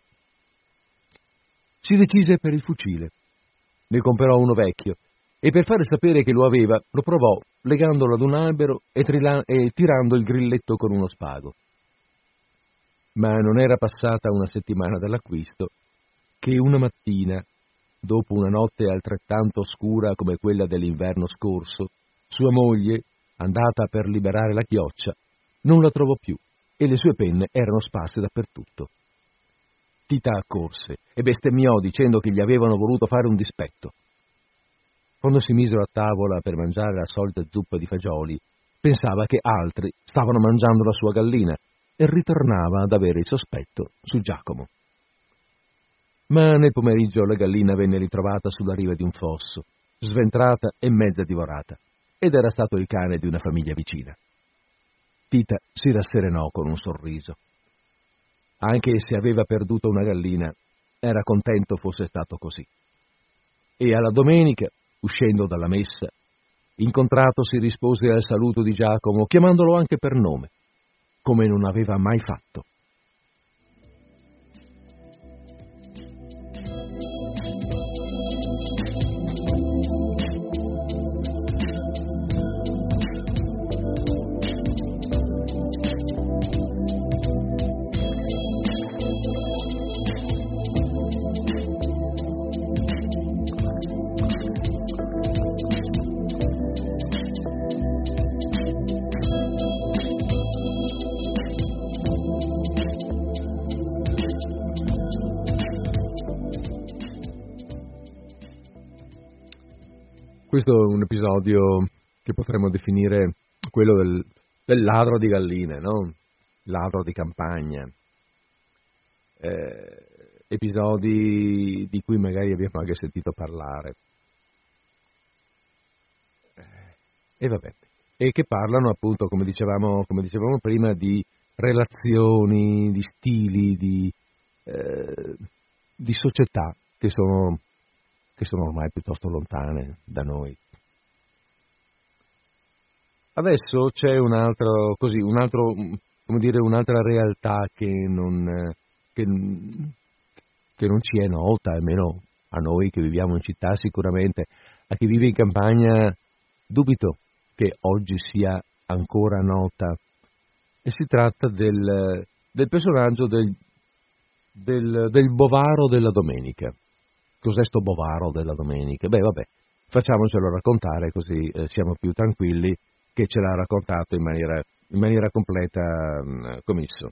Si decise per il fucile. Ne comperò uno vecchio e per fare sapere che lo aveva lo provò legandolo ad un albero e tirando il grilletto con uno spago. Ma non era passata una settimana dall'acquisto che una mattina, dopo una notte altrettanto oscura come quella dell'inverno scorso, sua moglie, andata per liberare la chioccia, non la trovò più e le sue penne erano sparse dappertutto. Tita accorse e bestemmiò dicendo che gli avevano voluto fare un dispetto. Quando si misero a tavola per mangiare la solita zuppa di fagioli, pensava che altri stavano mangiando la sua gallina e ritornava ad avere il sospetto su Giacomo. Ma nel pomeriggio la gallina venne ritrovata sulla riva di un fosso, sventrata e mezza divorata, ed era stato il cane di una famiglia vicina. Tita si rasserenò con un sorriso. Anche se aveva perduto una gallina, era contento fosse stato così. E alla domenica, uscendo dalla messa, incontratosi rispose al saluto di Giacomo, chiamandolo anche per nome, come non aveva mai fatto. Questo è un episodio che potremmo definire quello del ladro di galline, no? Ladro di campagna. Episodi di cui magari abbiamo anche sentito parlare. E vabbè. E che parlano appunto, come dicevamo prima, di relazioni, di stili, di società che sono ormai piuttosto lontane da noi. Adesso c'è un'altra realtà che non ci è nota, almeno a noi che viviamo in città sicuramente. A chi vive in campagna dubito che oggi sia ancora nota, e si tratta del personaggio del bovaro della domenica. Cos'è sto bovaro della domenica? Beh, vabbè, facciamocelo raccontare, così siamo più tranquilli che ce l'ha raccontato in maniera completa Comisso.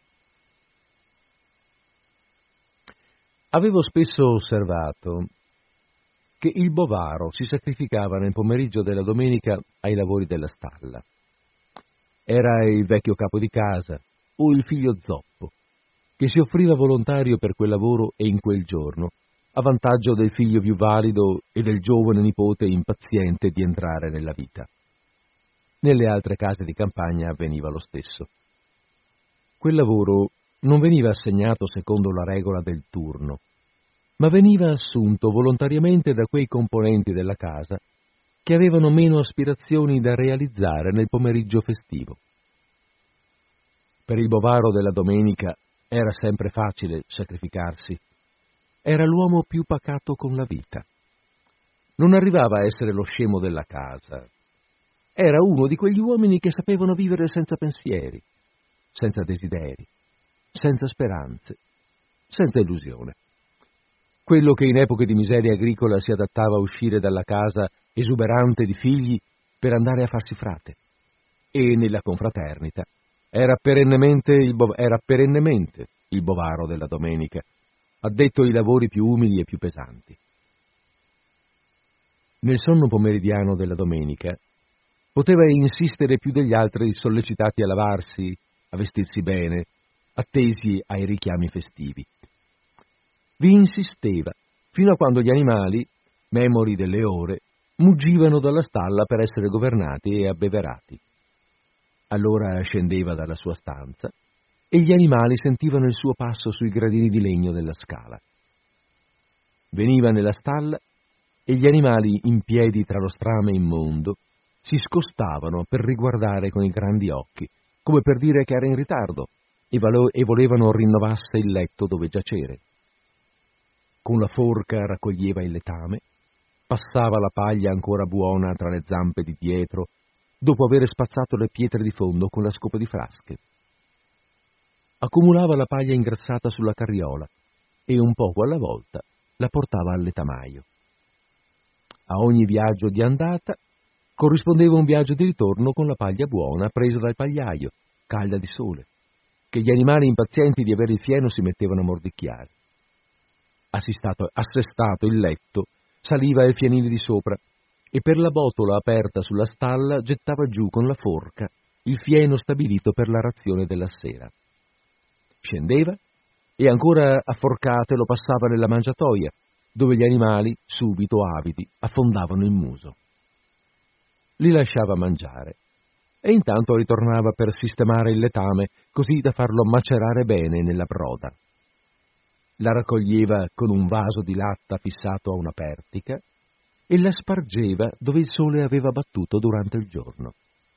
Avevo spesso osservato che il bovaro si sacrificava nel pomeriggio della domenica ai lavori della stalla. Era il vecchio capo di casa o il figlio zoppo che si offriva volontario per quel lavoro e in quel giorno, a vantaggio del figlio più valido e del giovane nipote impaziente di entrare nella vita. Nelle altre case di campagna avveniva lo stesso. Quel lavoro non veniva assegnato secondo la regola del turno, ma veniva assunto volontariamente da quei componenti della casa che avevano meno aspirazioni da realizzare nel pomeriggio festivo. Per il bovaro della domenica era sempre facile sacrificarsi. Era l'uomo più pacato con la vita. Non arrivava a essere lo scemo della casa. Era uno di quegli uomini che sapevano vivere senza pensieri, senza desideri, senza speranze, senza illusione. Quello che in epoche di miseria agricola si adattava a uscire dalla casa esuberante di figli per andare a farsi frate. E nella confraternita era perennemente il bovaro della domenica, addetto ai lavori più umili e più pesanti. Nel sonno pomeridiano della domenica poteva insistere più degli altri sollecitati a lavarsi, a vestirsi bene, attesi ai richiami festivi. Vi insisteva fino a quando gli animali, memori delle ore, muggivano dalla stalla per essere governati e abbeverati. Allora scendeva dalla sua stanza e gli animali sentivano il suo passo sui gradini di legno della scala. Veniva nella stalla e gli animali, in piedi tra lo strame immondo, si scostavano per riguardare con i grandi occhi, come per dire che era in ritardo e volevano rinnovasse il letto dove giacere. Con la forca raccoglieva il letame, passava la paglia ancora buona tra le zampe di dietro, dopo aver spazzato le pietre di fondo con la scopa di frasche. Accumulava la paglia ingrassata sulla carriola e un poco alla volta la portava al letamaio. A ogni viaggio di andata corrispondeva un viaggio di ritorno con la paglia buona presa dal pagliaio, calda di sole, che gli animali impazienti di avere il fieno si mettevano a mordicchiare. Assestato il letto, saliva il fienile di sopra e per la botola aperta sulla stalla gettava giù con la forca il fieno stabilito per la razione della sera. Scendeva e ancora a forcate lo passava nella mangiatoia, dove gli animali, subito avidi, affondavano il muso. Li lasciava mangiare e intanto ritornava per sistemare il letame così da farlo macerare bene nella broda. La raccoglieva con un vaso di latta fissato a una pertica e la spargeva dove il sole aveva battuto durante il giorno.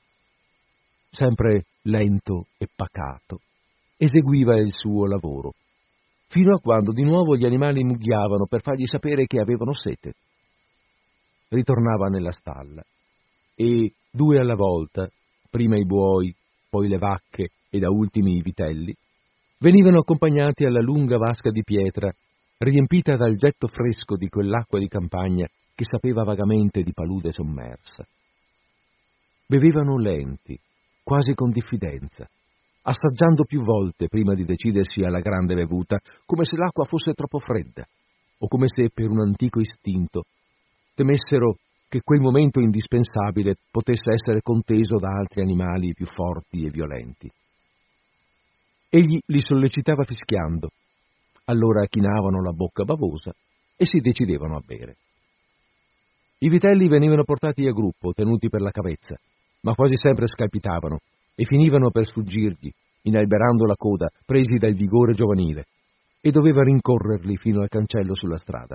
Sempre lento e pacato, eseguiva il suo lavoro, fino a quando di nuovo gli animali mugghiavano per fargli sapere che avevano sete. Ritornava nella stalla e, due alla volta, prima i buoi, poi le vacche e da ultimi i vitelli, venivano accompagnati alla lunga vasca di pietra, riempita dal getto fresco di quell'acqua di campagna che sapeva vagamente di palude sommersa. Bevevano lenti, quasi con diffidenza, assaggiando più volte prima di decidersi alla grande bevuta, come se l'acqua fosse troppo fredda, o come se, per un antico istinto, temessero che quel momento indispensabile potesse essere conteso da altri animali più forti e violenti. Egli li sollecitava fischiando, allora chinavano la bocca bavosa e si decidevano a bere. I vitelli venivano portati a gruppo, tenuti per la cavezza, ma quasi sempre scalpitavano e finivano per sfuggirgli, inalberando la coda, presi dal vigore giovanile, e doveva rincorrerli fino al cancello sulla strada.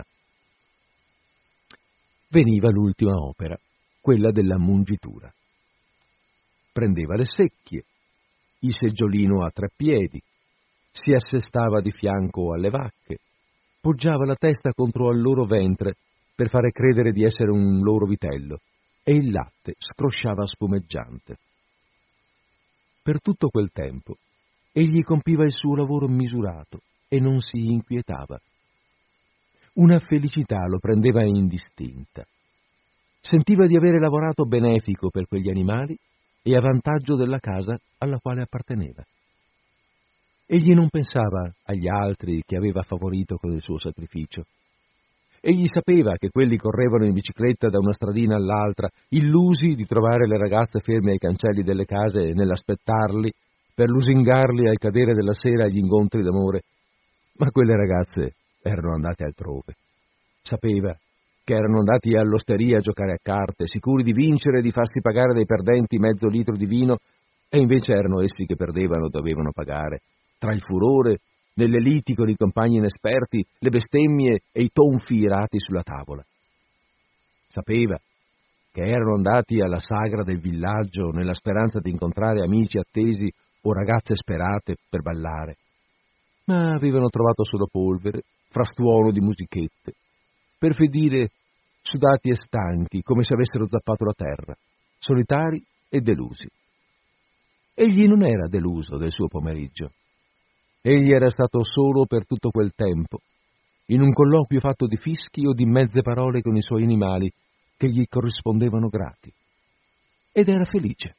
Veniva l'ultima opera, quella della mungitura. Prendeva le secchie, il seggiolino a 3 piedi, si assestava di fianco alle vacche, poggiava la testa contro al loro ventre per fare credere di essere un loro vitello, e il latte scrosciava spumeggiante. Per tutto quel tempo egli compiva il suo lavoro misurato e non si inquietava. Una felicità lo prendeva indistinta. Sentiva di avere lavorato benefico per quegli animali e a vantaggio della casa alla quale apparteneva. Egli non pensava agli altri che aveva favorito con il suo sacrificio. Egli sapeva che quelli correvano in bicicletta da una stradina all'altra, illusi di trovare le ragazze ferme ai cancelli delle case nell'aspettarli, per lusingarli al cadere della sera agli incontri d'amore. Ma quelle ragazze erano andate altrove. Sapeva che erano andati all'osteria a giocare a carte, sicuri di vincere e di farsi pagare dai perdenti mezzo litro di vino, e invece erano essi che perdevano e dovevano pagare. Tra il furore, nelle liti con i compagni inesperti, le bestemmie e i tonfi irati sulla tavola. Sapeva che erano andati alla sagra del villaggio nella speranza di incontrare amici attesi o ragazze sperate per ballare, ma avevano trovato solo polvere, frastuono di musichette, perfidire sudati e stanchi come se avessero zappato la terra, solitari e delusi. Egli non era deluso del suo pomeriggio. Egli era stato solo per tutto quel tempo, in un colloquio fatto di fischi o di mezze parole con i suoi animali che gli corrispondevano grati. Ed era felice.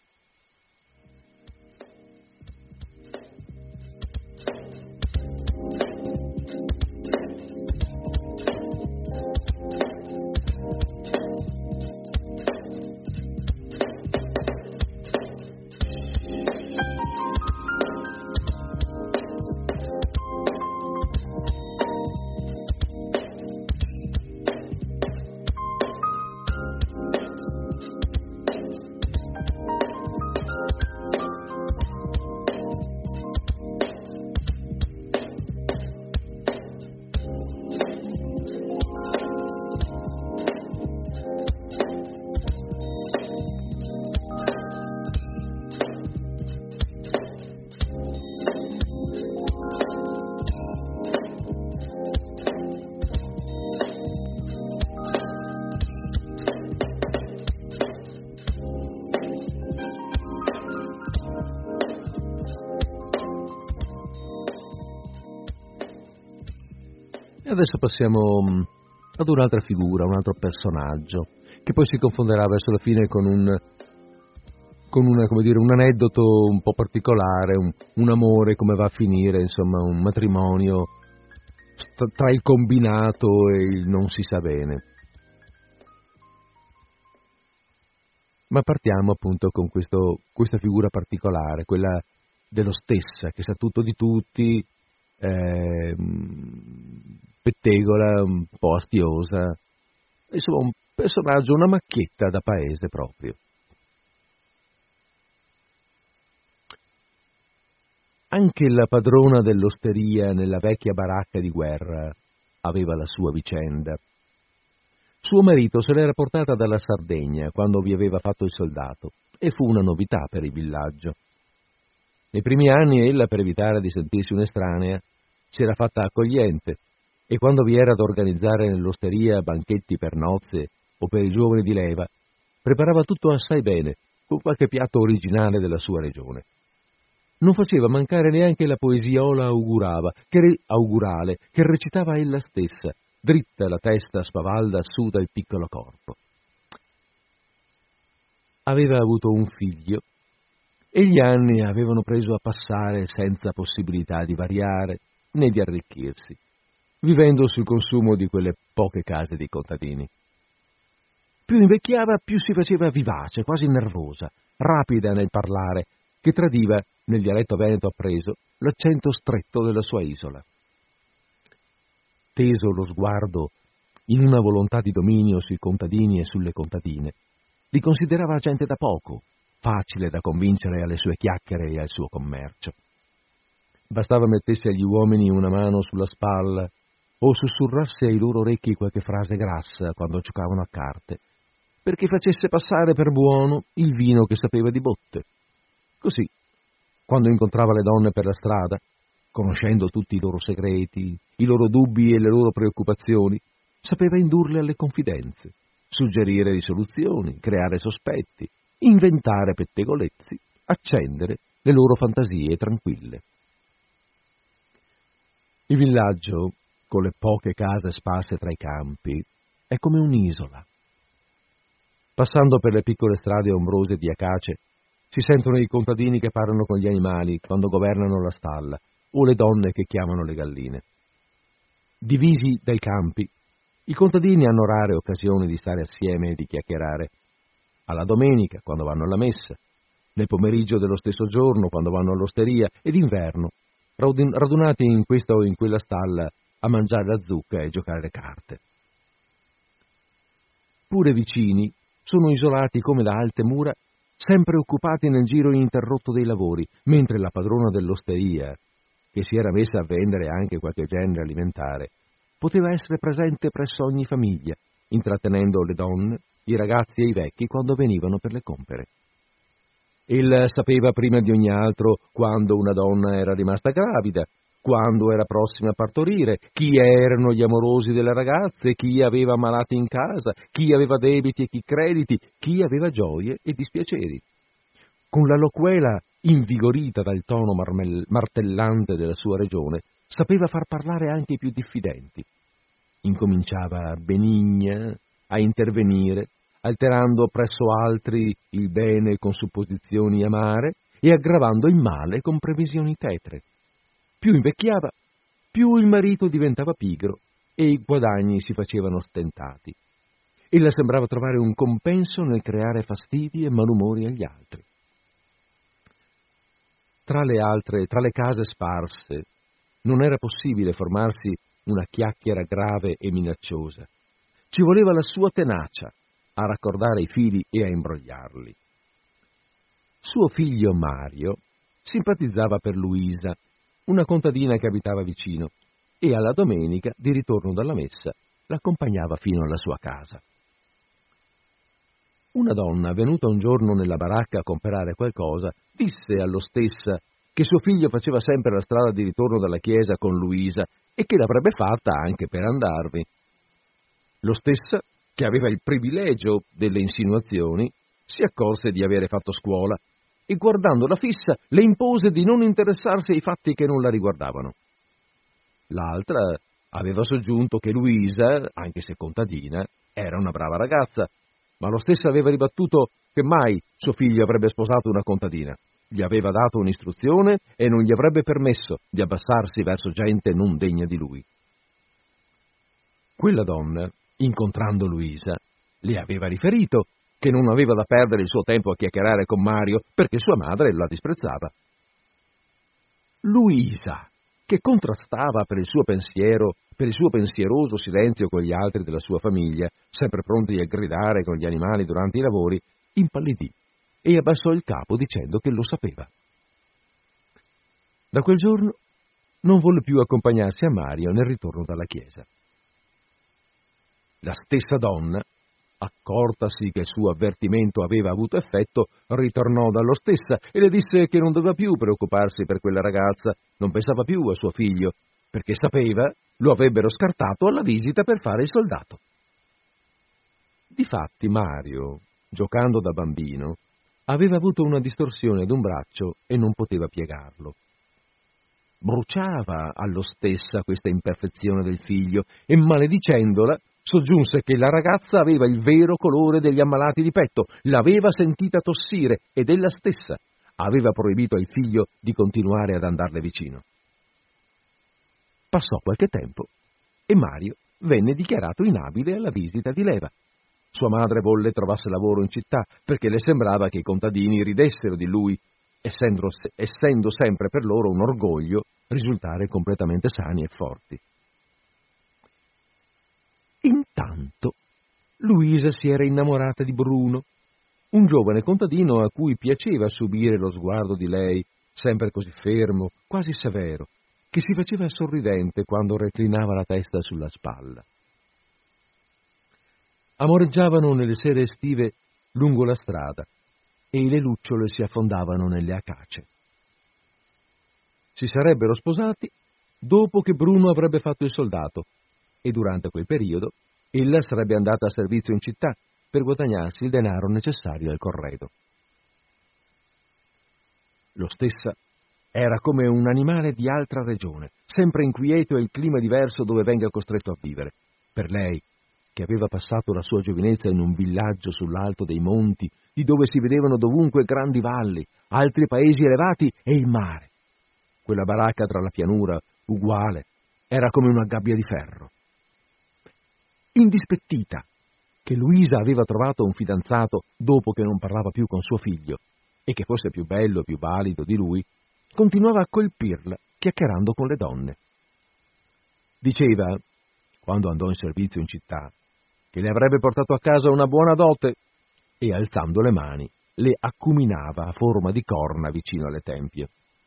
Adesso passiamo ad un'altra figura, un altro personaggio, che poi si confonderà verso la fine con un aneddoto un po' particolare, un amore, come va a finire, insomma, un matrimonio tra il combinato e il non si sa bene. Ma partiamo appunto con questa figura particolare, quella dello Stessa, che sa tutto di tutti, pettegola, un po' astiosa, insomma un personaggio, una macchietta da paese proprio. Anche la padrona dell'osteria nella vecchia baracca di guerra aveva la sua vicenda. Suo marito se l'era portata dalla Sardegna quando vi aveva fatto il soldato e fu una novità per il villaggio. Nei primi anni ella, per evitare di sentirsi un'estranea, si era fatta accogliente e quando vi era da organizzare nell'osteria banchetti per nozze o per i giovani di leva, preparava tutto assai bene, con qualche piatto originale della sua regione. Non faceva mancare neanche la poesiola augurale che recitava ella stessa, dritta la testa spavalda su dal piccolo corpo. Aveva avuto un figlio e gli anni avevano preso a passare senza possibilità di variare né di arricchirsi, vivendo sul consumo di quelle poche case di contadini. Più invecchiava, più si faceva vivace, quasi nervosa, rapida nel parlare, che tradiva, nel dialetto veneto appreso, l'accento stretto della sua isola. Teso lo sguardo in una volontà di dominio sui contadini e sulle contadine, li considerava gente da poco, facile da convincere alle sue chiacchiere e al suo commercio. Bastava mettesse agli uomini una mano sulla spalla o sussurrasse ai loro orecchi qualche frase grassa quando giocavano a carte, perché facesse passare per buono il vino che sapeva di botte. Così, quando incontrava le donne per la strada, conoscendo tutti i loro segreti, i loro dubbi e le loro preoccupazioni, sapeva indurle alle confidenze, suggerire risoluzioni, creare sospetti, inventare pettegolezzi, accendere le loro fantasie tranquille. Il villaggio, con le poche case sparse tra i campi, è come un'isola. Passando per le piccole strade ombrose di acace, si sentono i contadini che parlano con gli animali quando governano la stalla, o le donne che chiamano le galline. Divisi dai campi, i contadini hanno rare occasioni di stare assieme e di chiacchierare. Alla domenica, quando vanno alla messa, nel pomeriggio dello stesso giorno, quando vanno all'osteria, e d'inverno, radunati in questa o in quella stalla a mangiare la zucca e giocare le carte. Pure vicini sono isolati come da alte mura, sempre occupati nel giro ininterrotto dei lavori, mentre la padrona dell'osteria, che si era messa a vendere anche qualche genere alimentare, poteva essere presente presso ogni famiglia, intrattenendo le donne, i ragazzi e i vecchi quando venivano per le compere. Ella sapeva prima di ogni altro quando una donna era rimasta gravida, quando era prossima a partorire, chi erano gli amorosi delle ragazze, chi aveva malati in casa, chi aveva debiti e chi crediti, chi aveva gioie e dispiaceri. Con la loquela invigorita dal tono martellante della sua regione, sapeva far parlare anche i più diffidenti. Incominciava benigna a intervenire, alterando presso altri il bene con supposizioni amare e aggravando il male con previsioni tetre. Più invecchiava, più il marito diventava pigro e i guadagni si facevano stentati. Ella sembrava trovare un compenso nel creare fastidi e malumori agli altri. Tra le case sparse, non era possibile formarsi una chiacchiera grave e minacciosa. Ci voleva la sua tenacia a raccordare i fili e a imbrogliarli. Suo figlio Mario simpatizzava per Luisa, una contadina che abitava vicino, e alla domenica, di ritorno dalla messa, l'accompagnava fino alla sua casa. Una donna, venuta un giorno nella baracca a comprare qualcosa, disse all'ostessa che suo figlio faceva sempre la strada di ritorno dalla chiesa con Luisa e che l'avrebbe fatta anche per andarvi. L'ostessa, che aveva il privilegio delle insinuazioni, si accorse di avere fatto scuola e, guardandola fissa, le impose di non interessarsi ai fatti che non la riguardavano. L'altra aveva soggiunto che Luisa, anche se contadina, era una brava ragazza, ma lo stesso aveva ribattuto che mai suo figlio avrebbe sposato una contadina. Gli aveva dato un'istruzione e non gli avrebbe permesso di abbassarsi verso gente non degna di lui. Quella donna, incontrando Luisa, le aveva riferito che non aveva da perdere il suo tempo a chiacchierare con Mario perché sua madre la disprezzava. Luisa, che contrastava per il suo pensieroso silenzio con gli altri della sua famiglia, sempre pronti a gridare con gli animali durante i lavori, impallidì e abbassò il capo dicendo che lo sapeva. Da quel giorno non volle più accompagnarsi a Mario nel ritorno dalla chiesa. La stessa donna, accortasi che il suo avvertimento aveva avuto effetto, ritornò dallo stessa e le disse che non doveva più preoccuparsi per quella ragazza, non pensava più a suo figlio, perché sapeva lo avrebbero scartato alla visita per fare il soldato. Difatti Mario, giocando da bambino, aveva avuto una distorsione ad un braccio e non poteva piegarlo. Bruciava allo stessa questa imperfezione del figlio e, maledicendola, soggiunse che la ragazza aveva il vero colore degli ammalati di petto, l'aveva sentita tossire ed ella stessa aveva proibito al figlio di continuare ad andarle vicino. Passò qualche tempo e Mario venne dichiarato inabile alla visita di leva. sua madre volle trovasse lavoro in città perché le sembrava che i contadini ridessero di lui, essendo sempre per loro un orgoglio risultare completamente sani e forti. Intanto Luisa si era innamorata di Bruno, un giovane contadino a cui piaceva subire lo sguardo di lei, sempre così fermo, quasi severo, che si faceva sorridente quando reclinava la testa sulla spalla. Amoreggiavano nelle sere estive lungo la strada e le lucciole si affondavano nelle acace. Si sarebbero sposati dopo che Bruno avrebbe fatto il soldato e durante quel periodo ella sarebbe andata a servizio in città per guadagnarsi il denaro necessario al corredo. Lo stessa era come un animale di altra regione, sempre inquieto e il clima diverso dove venga costretto a vivere. Per lei, che aveva passato la sua giovinezza in un villaggio sull'alto dei monti, di dove si vedevano dovunque grandi valli, altri paesi elevati e il mare. Quella baracca tra la pianura, uguale, era come una gabbia di ferro. Indispettita che Luisa aveva trovato un fidanzato dopo che non parlava più con suo figlio e che fosse più bello e più valido di lui, continuava a colpirla chiacchierando con le donne. Diceva, quando andò in servizio in città, che le avrebbe portato a casa una buona dote e, alzando le mani, le acuminava a forma di corna vicino alle tempie.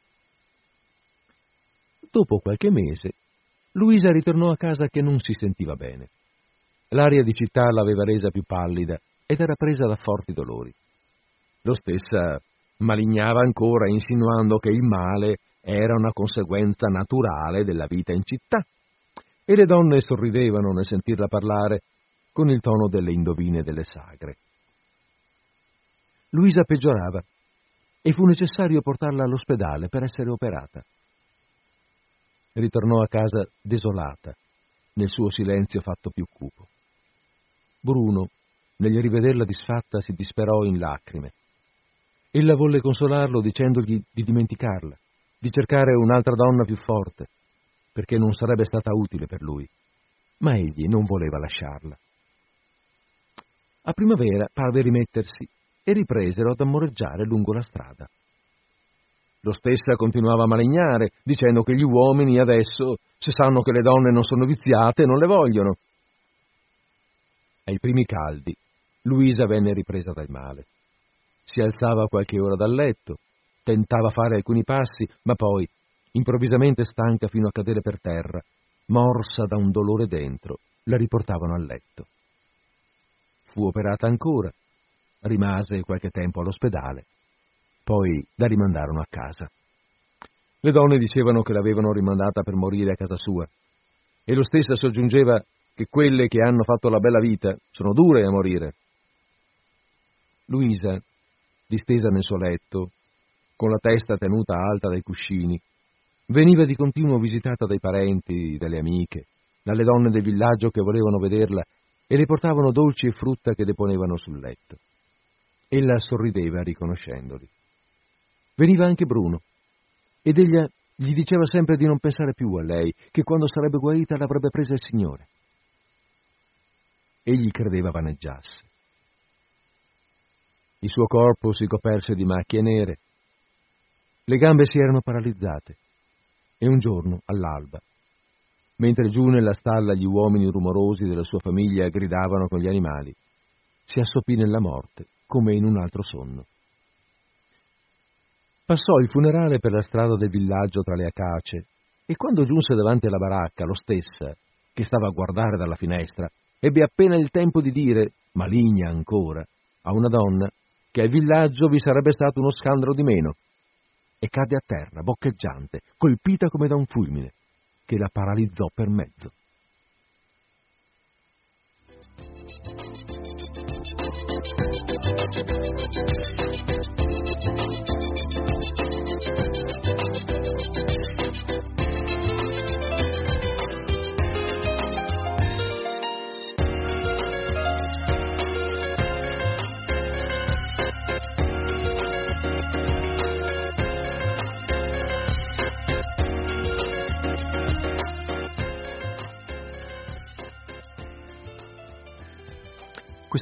Dopo qualche mese, Luisa ritornò a casa che non si sentiva bene. L'aria di città l'aveva resa più pallida ed era presa da forti dolori. Lo stessa malignava ancora, insinuando che il male era una conseguenza naturale della vita in città, e le donne sorridevano nel sentirla parlare con il tono delle indovine delle sagre. Luisa peggiorava e fu necessario portarla all'ospedale per essere operata. Ritornò a casa desolata, nel suo silenzio fatto più cupo. Bruno, nel rivederla disfatta, si disperò in lacrime. Ella volle consolarlo dicendogli di dimenticarla, di cercare un'altra donna più forte, perché non sarebbe stata utile per lui, ma egli non voleva lasciarla. A primavera parve rimettersi e ripresero ad amoreggiare lungo la strada. Lo stessa continuava a malignare, dicendo che gli uomini adesso, se sanno che le donne non sono viziate, non le vogliono. Ai primi caldi, Luisa venne ripresa dal male. Si alzava qualche ora dal letto, tentava fare alcuni passi, ma poi, improvvisamente stanca fino a cadere per terra, morsa da un dolore dentro, la riportavano a letto. Fu operata ancora, rimase qualche tempo all'ospedale, poi la rimandarono a casa. Le donne dicevano che l'avevano rimandata per morire a casa sua, e lo stesso soggiungeva che quelle che hanno fatto la bella vita sono dure a morire. Luisa, distesa nel suo letto, con la testa tenuta alta dai cuscini, veniva di continuo visitata dai parenti, dalle amiche, dalle donne del villaggio che volevano vederla e le portavano dolci e frutta che deponevano sul letto. Ella sorrideva riconoscendoli. Veniva anche Bruno, ed ella gli diceva sempre di non pensare più a lei, che quando sarebbe guarita l'avrebbe presa il Signore. Egli credeva vaneggiasse. Il suo corpo si coperse di macchie nere, le gambe si erano paralizzate, e un giorno, all'alba, mentre giù nella stalla gli uomini rumorosi della sua famiglia gridavano con gli animali, si assopì nella morte, come in un altro sonno. Passò il funerale per la strada del villaggio tra le acace, e quando giunse davanti alla baracca, lo stessa, che stava a guardare dalla finestra, ebbe appena il tempo di dire, maligna ancora, a una donna che al villaggio vi sarebbe stato uno scandalo di meno, e cadde a terra, boccheggiante, colpita come da un fulmine, che la paralizzò per mezzo.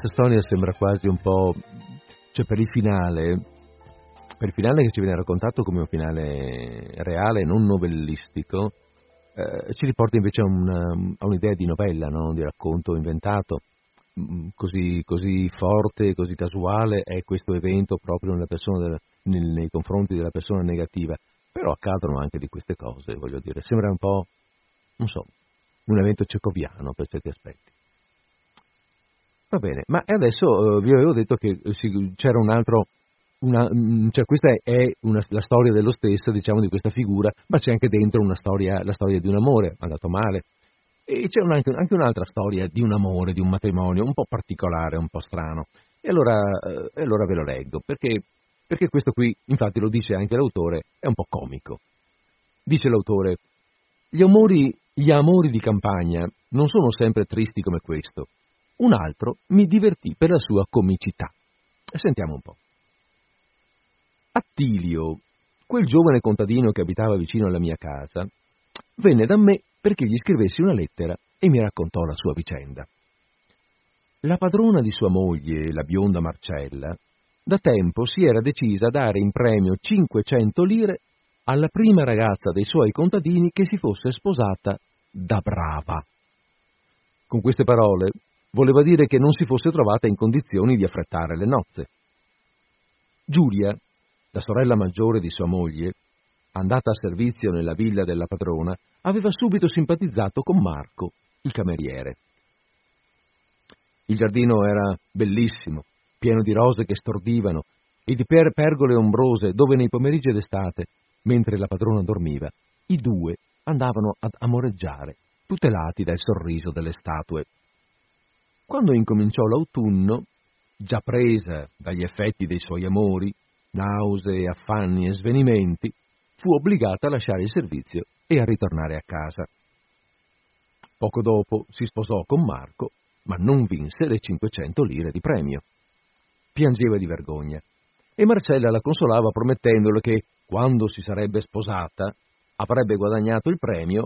questa storia sembra quasi un po', cioè per il finale che ci viene raccontato come un finale reale, non novellistico, ci riporta invece a un'idea di novella, no? Di racconto inventato, così forte, così casuale è questo evento proprio nei confronti della persona negativa. Però accadono anche di queste cose, voglio dire, sembra un po', non so, un evento cecoviano per certi aspetti. Va bene, ma adesso vi avevo detto che c'era un altro, cioè questa è la storia dello stesso, diciamo, di questa figura, ma c'è anche dentro la storia di un amore andato male, e c'è anche un'altra storia di un amore, di un matrimonio un po' particolare, un po' strano, e allora ve lo leggo, perché questo qui, infatti lo dice anche l'autore, è un po' comico. Dice l'autore: gli amori di campagna non sono sempre tristi come questo. Un altro mi divertì per la sua comicità. Sentiamo un po'. Attilio, quel giovane contadino che abitava vicino alla mia casa, venne da me perché gli scrivessi una lettera e mi raccontò la sua vicenda. La padrona di sua moglie, la bionda Marcella, da tempo si era decisa a dare in premio 500 lire alla prima ragazza dei suoi contadini che si fosse sposata da brava. Con queste parole voleva dire che non si fosse trovata in condizioni di affrettare le nozze. Giulia, la sorella maggiore di sua moglie, andata a servizio nella villa della padrona, aveva subito simpatizzato con Marco, il cameriere. Il giardino era bellissimo, pieno di rose che stordivano e di pergole ombrose dove nei pomeriggi d'estate, mentre la padrona dormiva, i due andavano ad amoreggiare, tutelati dal sorriso delle statue. Quando incominciò l'autunno, già presa dagli effetti dei suoi amori, nausee, affanni e svenimenti, fu obbligata a lasciare il servizio e a ritornare a casa. Poco dopo si sposò con Marco, ma non vinse le 500 lire di premio. Piangeva di vergogna e Marcella la consolava promettendole che, quando si sarebbe sposata, avrebbe guadagnato il premio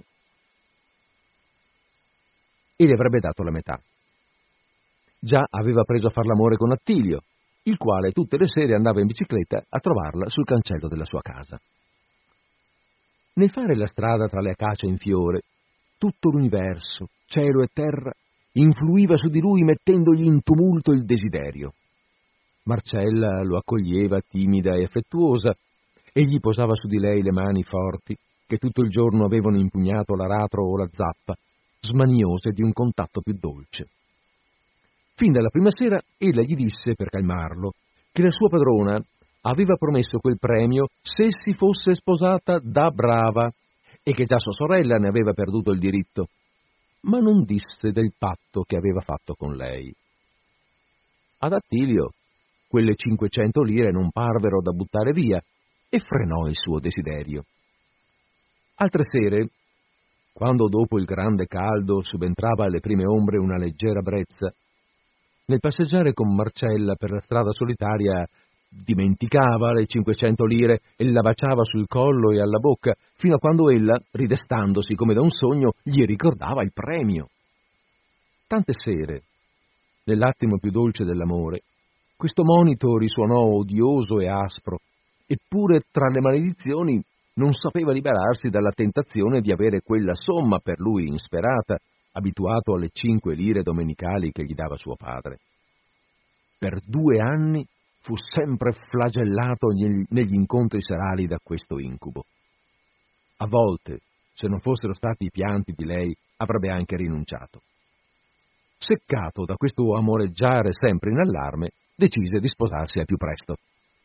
e le avrebbe dato la metà. Già aveva preso a far l'amore con Attilio, il quale tutte le sere andava in bicicletta a trovarla sul cancello della sua casa. Nel fare la strada tra le acacie in fiore, tutto l'universo, cielo e terra, influiva su di lui mettendogli in tumulto il desiderio. Marcella lo accoglieva timida e affettuosa e gli posava su di lei le mani forti, che tutto il giorno avevano impugnato l'aratro o la zappa, smaniose di un contatto più dolce. Fin dalla prima sera ella gli disse, per calmarlo, che la sua padrona aveva promesso quel premio se si fosse sposata da brava e che già sua sorella ne aveva perduto il diritto, ma non disse del patto che aveva fatto con lei. Ad Attilio quelle 500 lire non parvero da buttare via e frenò il suo desiderio. Altre sere, quando dopo il grande caldo subentrava alle prime ombre una leggera brezza, nel passeggiare con Marcella per la strada solitaria dimenticava le 500 lire e la baciava sul collo e alla bocca, fino a quando ella, ridestandosi come da un sogno, gli ricordava il premio. Tante sere, nell'attimo più dolce dell'amore, questo monito risuonò odioso e aspro, eppure tra le maledizioni non sapeva liberarsi dalla tentazione di avere quella somma per lui insperata, abituato alle 5 lire domenicali che gli dava suo padre. Per 2 anni fu sempre flagellato negli incontri serali da questo incubo. A volte, se non fossero stati i pianti di lei, avrebbe anche rinunciato. Seccato da questo amoreggiare sempre in allarme, decise di sposarsi al più presto.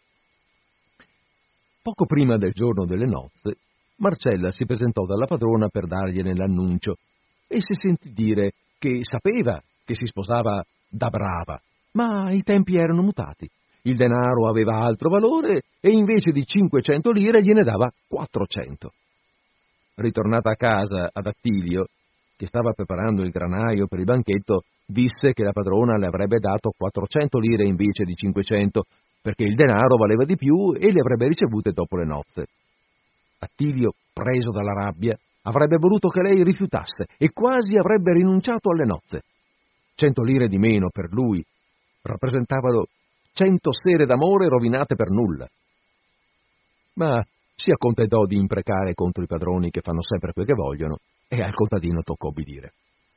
Poco prima del giorno delle nozze, Marcella si presentò dalla padrona per dargliene l'annuncio e si sentì dire che sapeva che si sposava da brava, ma i tempi erano mutati. Il denaro aveva altro valore e invece di 500 lire gliene dava 400. Ritornata a casa ad Attilio, che stava preparando il granaio per il banchetto, disse che la padrona le avrebbe dato 400 lire invece di 500, perché il denaro valeva di più e le avrebbe ricevute dopo le nozze. Attilio, preso dalla rabbia, avrebbe voluto che lei rifiutasse e quasi avrebbe rinunciato alle nozze. 100 lire di meno per lui rappresentavano 100 sere d'amore rovinate per nulla. Ma si accontentò di imprecare contro i padroni che fanno sempre quel che vogliono e al contadino toccò obbedire.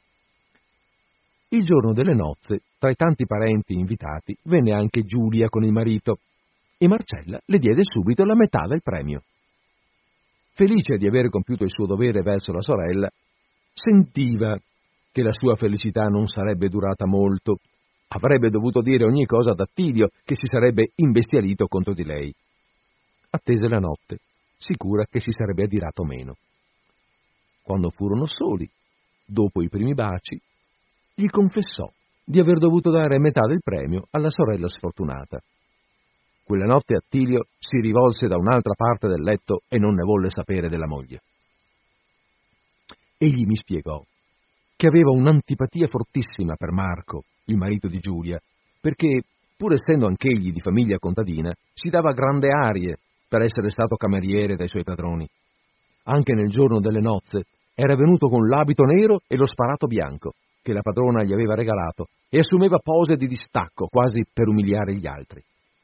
Il giorno delle nozze, tra i tanti parenti invitati, venne anche Giulia con il marito e Marcella le diede subito la metà del premio. Felice di aver compiuto il suo dovere verso la sorella, sentiva che la sua felicità non sarebbe durata molto. Avrebbe dovuto dire ogni cosa ad Attilio, che si sarebbe imbestialito contro di lei. Attese la notte, sicura che si sarebbe adirato meno. Quando furono soli, dopo i primi baci, gli confessò di aver dovuto dare metà del premio alla sorella sfortunata. Quella notte Attilio si rivolse da un'altra parte del letto e non ne volle sapere della moglie. Egli mi spiegò che aveva un'antipatia fortissima per Marco, il marito di Giulia, perché, pur essendo anch'egli di famiglia contadina, si dava grande arie per essere stato cameriere dai suoi padroni. Anche nel giorno delle nozze era venuto con l'abito nero e lo sparato bianco, che la padrona gli aveva regalato, e assumeva pose di distacco, quasi per umiliare gli altri.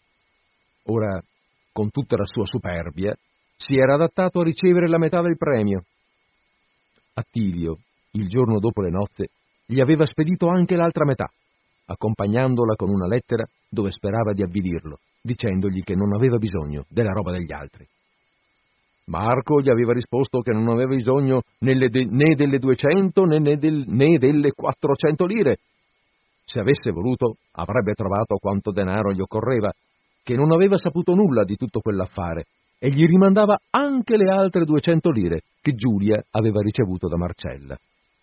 Ora, con tutta la sua superbia, si era adattato a ricevere la metà del premio. Attilio, il giorno dopo le nozze, gli aveva spedito anche l'altra metà, accompagnandola con una lettera dove sperava di avvidirlo, dicendogli che non aveva bisogno della roba degli altri. Marco gli aveva risposto che non aveva bisogno né delle 200 né delle 400 lire. Se avesse voluto, avrebbe trovato quanto denaro gli occorreva, che non aveva saputo nulla di tutto quell'affare, e gli rimandava anche le altre 200 lire che Giulia aveva ricevuto da Marcella.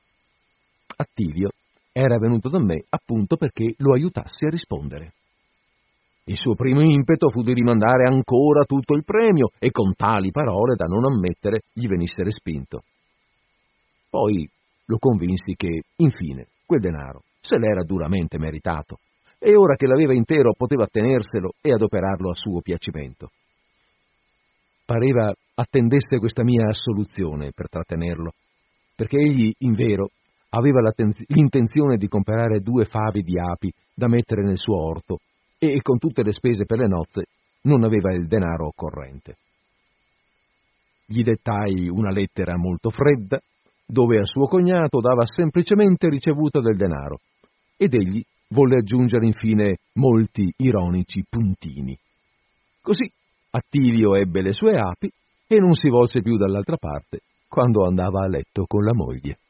Attilio era venuto da me appunto perché lo aiutassi a rispondere. Il suo primo impeto fu di rimandare ancora tutto il premio e con tali parole da non ammettere gli venisse respinto. Poi lo convinsi che, infine, quel denaro se l'era duramente meritato e ora che l'aveva intero poteva tenerselo e adoperarlo a suo piacimento. Pareva attendesse questa mia assoluzione per trattenerlo, perché egli, invero, aveva l'intenzione di comprare 2 favi di api da mettere nel suo orto e con tutte le spese per le nozze non aveva il denaro occorrente. Gli dettai una lettera molto fredda, dove a suo cognato dava semplicemente ricevuta del denaro, ed egli volle aggiungere infine molti ironici puntini. Così Attilio ebbe le sue api e non si volse più dall'altra parte quando andava a letto con la moglie.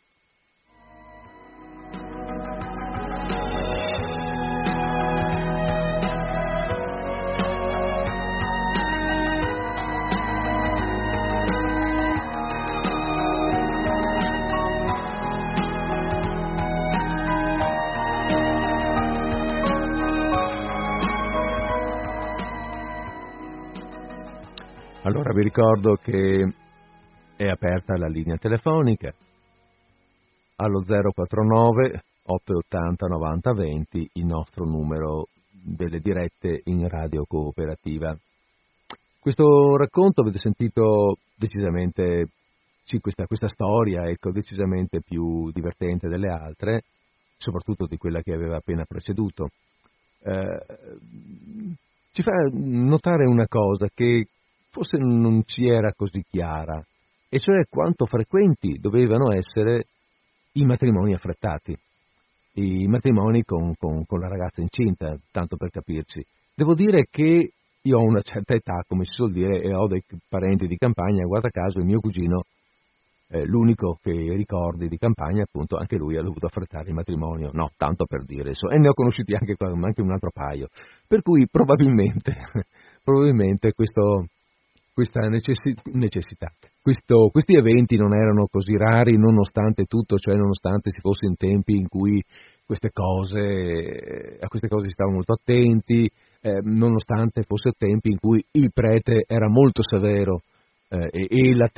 Allora vi ricordo che è aperta la linea telefonica allo 049 880 90 20, il nostro numero delle dirette in radio cooperativa. Questo racconto avete sentito decisamente, sì, questa storia, ecco, decisamente più divertente delle altre, soprattutto di quella che aveva appena preceduto. Ci fa notare una cosa che forse non ci era così chiara, e cioè quanto frequenti dovevano essere i matrimoni affrettati, i matrimoni con la ragazza incinta, tanto per capirci. Devo dire che io ho una certa età, come si suol dire, e ho dei parenti di campagna, guarda caso il mio cugino, l'unico che ricordi di campagna, appunto, anche lui ha dovuto affrettare il matrimonio, no, tanto per dire, e ne ho conosciuti anche un altro paio, per cui probabilmente questa necessità. Questi eventi non erano così rari, nonostante tutto, cioè nonostante si fosse in tempi in cui a queste cose si stava molto attenti, nonostante fosse tempi in cui il prete era molto severo ed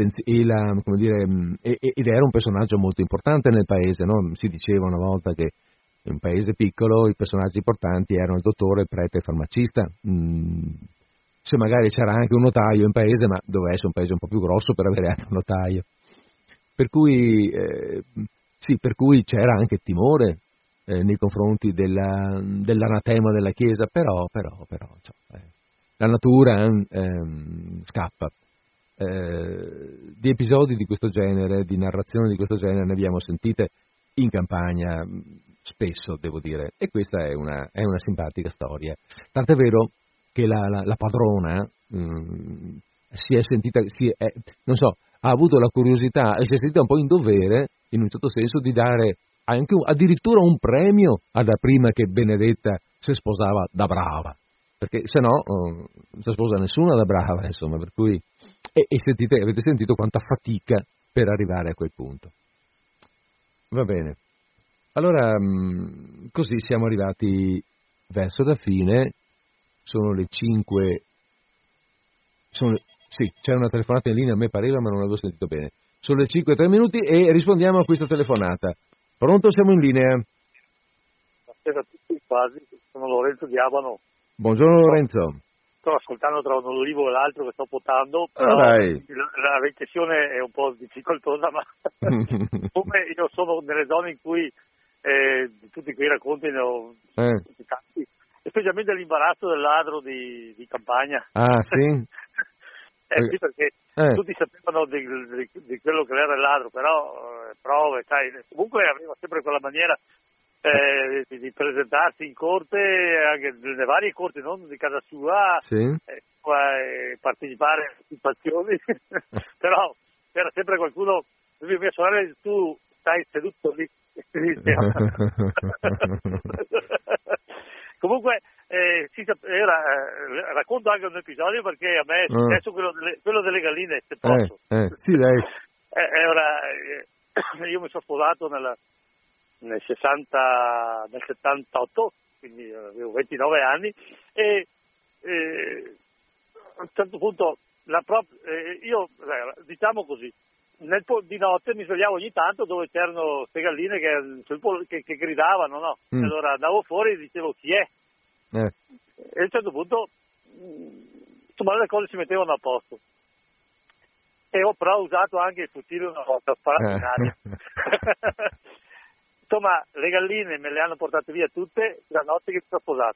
era un personaggio molto importante nel paese, no? Si diceva una volta che in un paese piccolo i personaggi importanti erano il dottore, il prete e il farmacista. Se magari c'era anche un notaio in paese, ma doveva essere un paese un po' più grosso per avere anche un notaio. Per cui c'era anche timore nei confronti dell'anatema della Chiesa, però cioè, la natura scappa. Di episodi di questo genere, di narrazioni di questo genere ne abbiamo sentite in Campania spesso, devo dire, e questa è una simpatica storia. Tant'è vero che la padrona si è sentita, non so, ha avuto la curiosità e si è sentita un po' in dovere, in un certo senso, di dare anche addirittura un premio alla prima che Benedetta si sposava da brava, perché se no non si sposa nessuno da brava, insomma, per cui avete sentito quanta fatica per arrivare a quel punto. Va bene, allora così siamo arrivati verso la fine, sono le 5, sì, c'è una telefonata in linea, a me pareva, ma non avevo sentito bene. Sono le 5:03 e rispondiamo a questa telefonata. Pronto, siamo in linea. Buonasera a tutti, quasi. Sono Lorenzo di Abano. Buongiorno Lorenzo. Sto ascoltando tra un olivo e l'altro che sto potando, però la ricessione è un po' difficoltosa, ma come io sono nelle zone in cui tutti quei racconti ne ho tanti, specialmente l'imbarazzo del ladro di campagna. Ah, sì? Sì, perché tutti sapevano di quello che era il ladro, però prove, sai, comunque aveva sempre quella maniera di presentarsi in corte, anche nelle varie corti, non di casa sua, sì. Partecipare a situazioni, però c'era sempre qualcuno, mia sorella, tu stai seduto lì. Comunque racconto anche un episodio, perché a me è successo quello delle galline, se posso. Sì, dai. Io mi sono sposato nel 78, quindi avevo 29 anni, e a un certo punto io, diciamo così, di notte mi svegliavo ogni tanto dove c'erano queste galline che gridavano, no? Allora andavo fuori e dicevo chi è? E a un certo punto insomma le cose si mettevano a posto, e ho però usato anche il fucile una volta, ho sparato in aria. Insomma, le galline me le hanno portate via tutte la notte che mi sono sposato.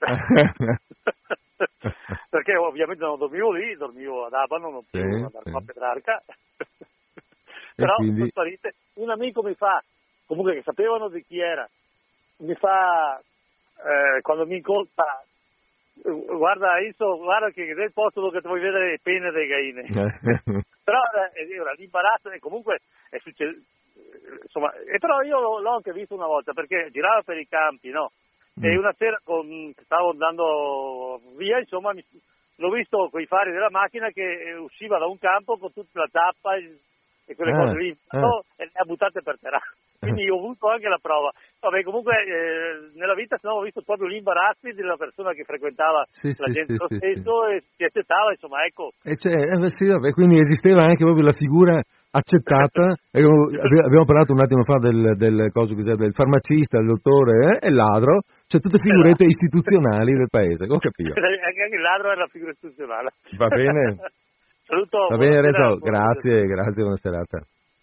Perché ovviamente non dormivo lì, dormivo ad Abano, non potevo andare qua a Petrarca. Però sono sparite. Un amico mi fa, comunque che sapevano di chi era, mi fa, quando mi incontra, guarda Enzo, guarda che nel posto dove vuoi vedere le penne delle galline. Però l'imbarazzo, e comunque è successo. Insomma, e però io l'ho anche visto una volta, perché girava per i campi, no? E una sera stavo andando via, insomma, l'ho visto con i fari della macchina che usciva da un campo con tutta la zappa e quelle cose lì, e le ha buttate per terra. Quindi io ho avuto anche la prova. Vabbè, comunque nella vita ho visto proprio gli imbarazzi della persona che frequentava la gente lo stesso e si accettava, insomma, ecco. Vabbè, quindi esisteva anche proprio la figura accettata. Abbiamo parlato un attimo fa del farmacista, del dottore e il ladro, cioè tutte figurette istituzionali del paese, ho capito. Anche il ladro era la figura istituzionale. Va bene. Saluto. Va bene Renzo, grazie, buona serata.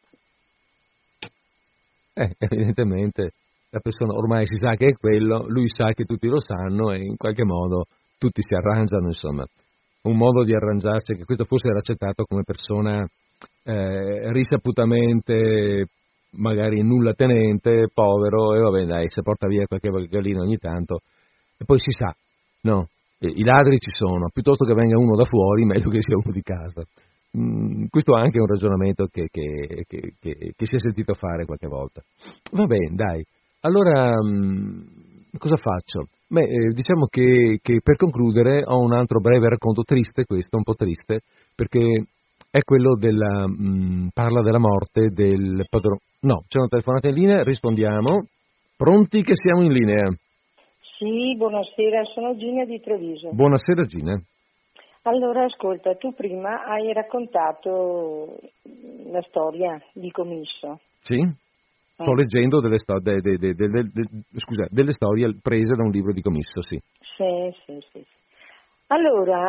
Evidentemente la persona ormai si sa che è quello, lui sa che tutti lo sanno e in qualche modo tutti si arrangiano, insomma. Un modo di arrangiarsi, che questo fosse era accettato come persona risaputamente magari nulla tenente, povero, e vabbè dai, se porta via qualche gallina ogni tanto, e poi si sa, no? I ladri ci sono, piuttosto che venga uno da fuori, meglio che sia uno di casa. Questo è anche un ragionamento che si è sentito fare qualche volta. Va bene, dai. Allora, cosa faccio? Diciamo che per concludere ho un altro breve racconto triste, questo, un po' triste, perché è quello parla della morte del padrone. No, c'è una telefonata in linea, rispondiamo. Pronti che siamo in linea? Sì, buonasera, sono Gina di Treviso. Buonasera Gina. Allora, ascolta, tu prima hai raccontato la storia di Commisso. Sì, sto leggendo delle storie prese da un libro di Commisso, sì. Sì. Allora,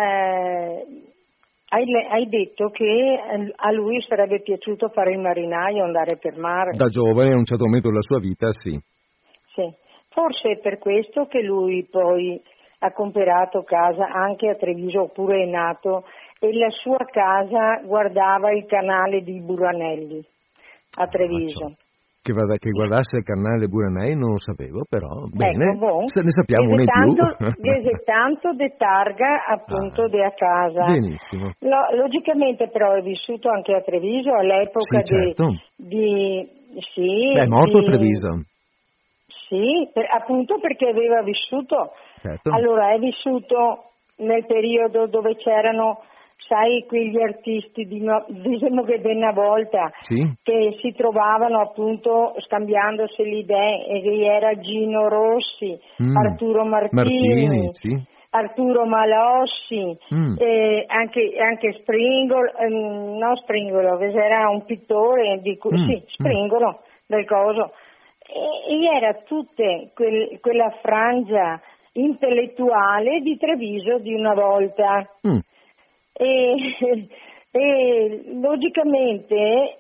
hai detto che a lui sarebbe piaciuto fare il marinaio, andare per mare. Da giovane, a un certo momento della sua vita, sì. Sì. Forse è per questo che lui poi ha comprato casa anche a Treviso, oppure è nato, e la sua casa guardava il canale di Buranelli a Treviso. Che guardasse il canale Buranelli non lo sapevo, però bene, se ne sappiamo una in più. Tanto de targa appunto a casa. Benissimo. Logicamente però è vissuto anche a Treviso all'epoca certo. è morto a Treviso. Sì, appunto perché aveva vissuto. Certo. Allora, è vissuto nel periodo dove c'erano, sai, quegli artisti diciamo che una volta che si trovavano appunto scambiandosi le idee, e che era Gino Rossi, Arturo Martini Arturo Malossi, anche Springolo, no Springolo, era un pittore di Springolo del coso. E era tutte quella frangia intellettuale di Treviso di una volta. E logicamente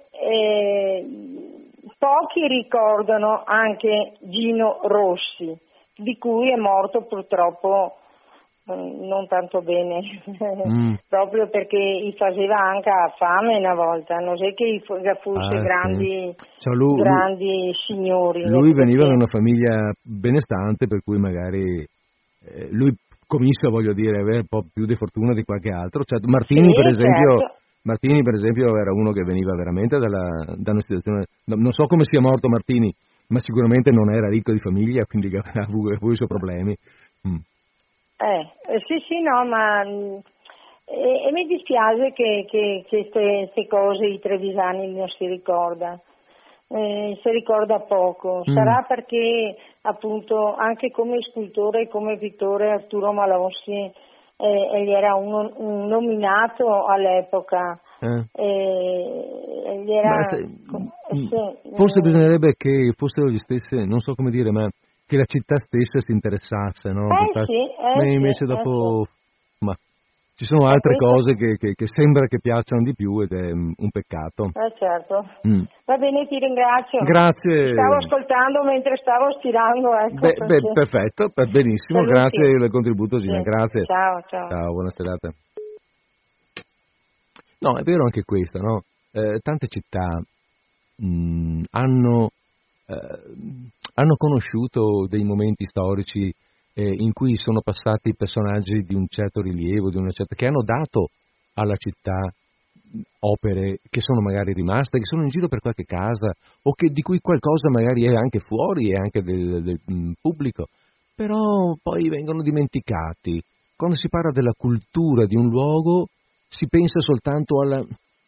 pochi ricordano anche Gino Rossi, di cui è morto purtroppo non tanto bene, proprio perché gli faceva anche fame una volta, non so che fosse grandi signori. Lui veniva da una famiglia benestante, per cui magari lui comincia, voglio dire, avere un po' più di fortuna di qualche altro. Cioè, Martini, per esempio, era uno che veniva veramente da una situazione. Non so come sia morto Martini, ma sicuramente non era ricco di famiglia, quindi ha avuto i suoi problemi. No, ma e mi dispiace che queste cose i trevisani non si ricorda. Si ricorda poco. Sarà perché appunto anche come scultore e come pittore Arturo Malossi egli era un nominato all'epoca. Egli era, forse bisognerebbe che fossero gli stessi, non so come dire, ma che la città stessa si interessasse, no? Ma invece dopo ma ci sono altre cose che sembra che piacciono di più, ed è un peccato. Certo. Va bene, ti ringrazio. Grazie. Stavo ascoltando mentre stavo stirando. Ecco, perfetto, benissimo. Saluti. Grazie del contributo, Gina. Grazie. Ciao. Ciao, buona serata. No, è vero anche questo, no? Tante città hanno conosciuto dei momenti storici in cui sono passati personaggi di un certo rilievo, che hanno dato alla città opere che sono magari rimaste, che sono in giro per qualche casa, o di cui qualcosa magari è anche fuori, è anche del pubblico, però poi vengono dimenticati. Quando si parla della cultura di un luogo si pensa soltanto alla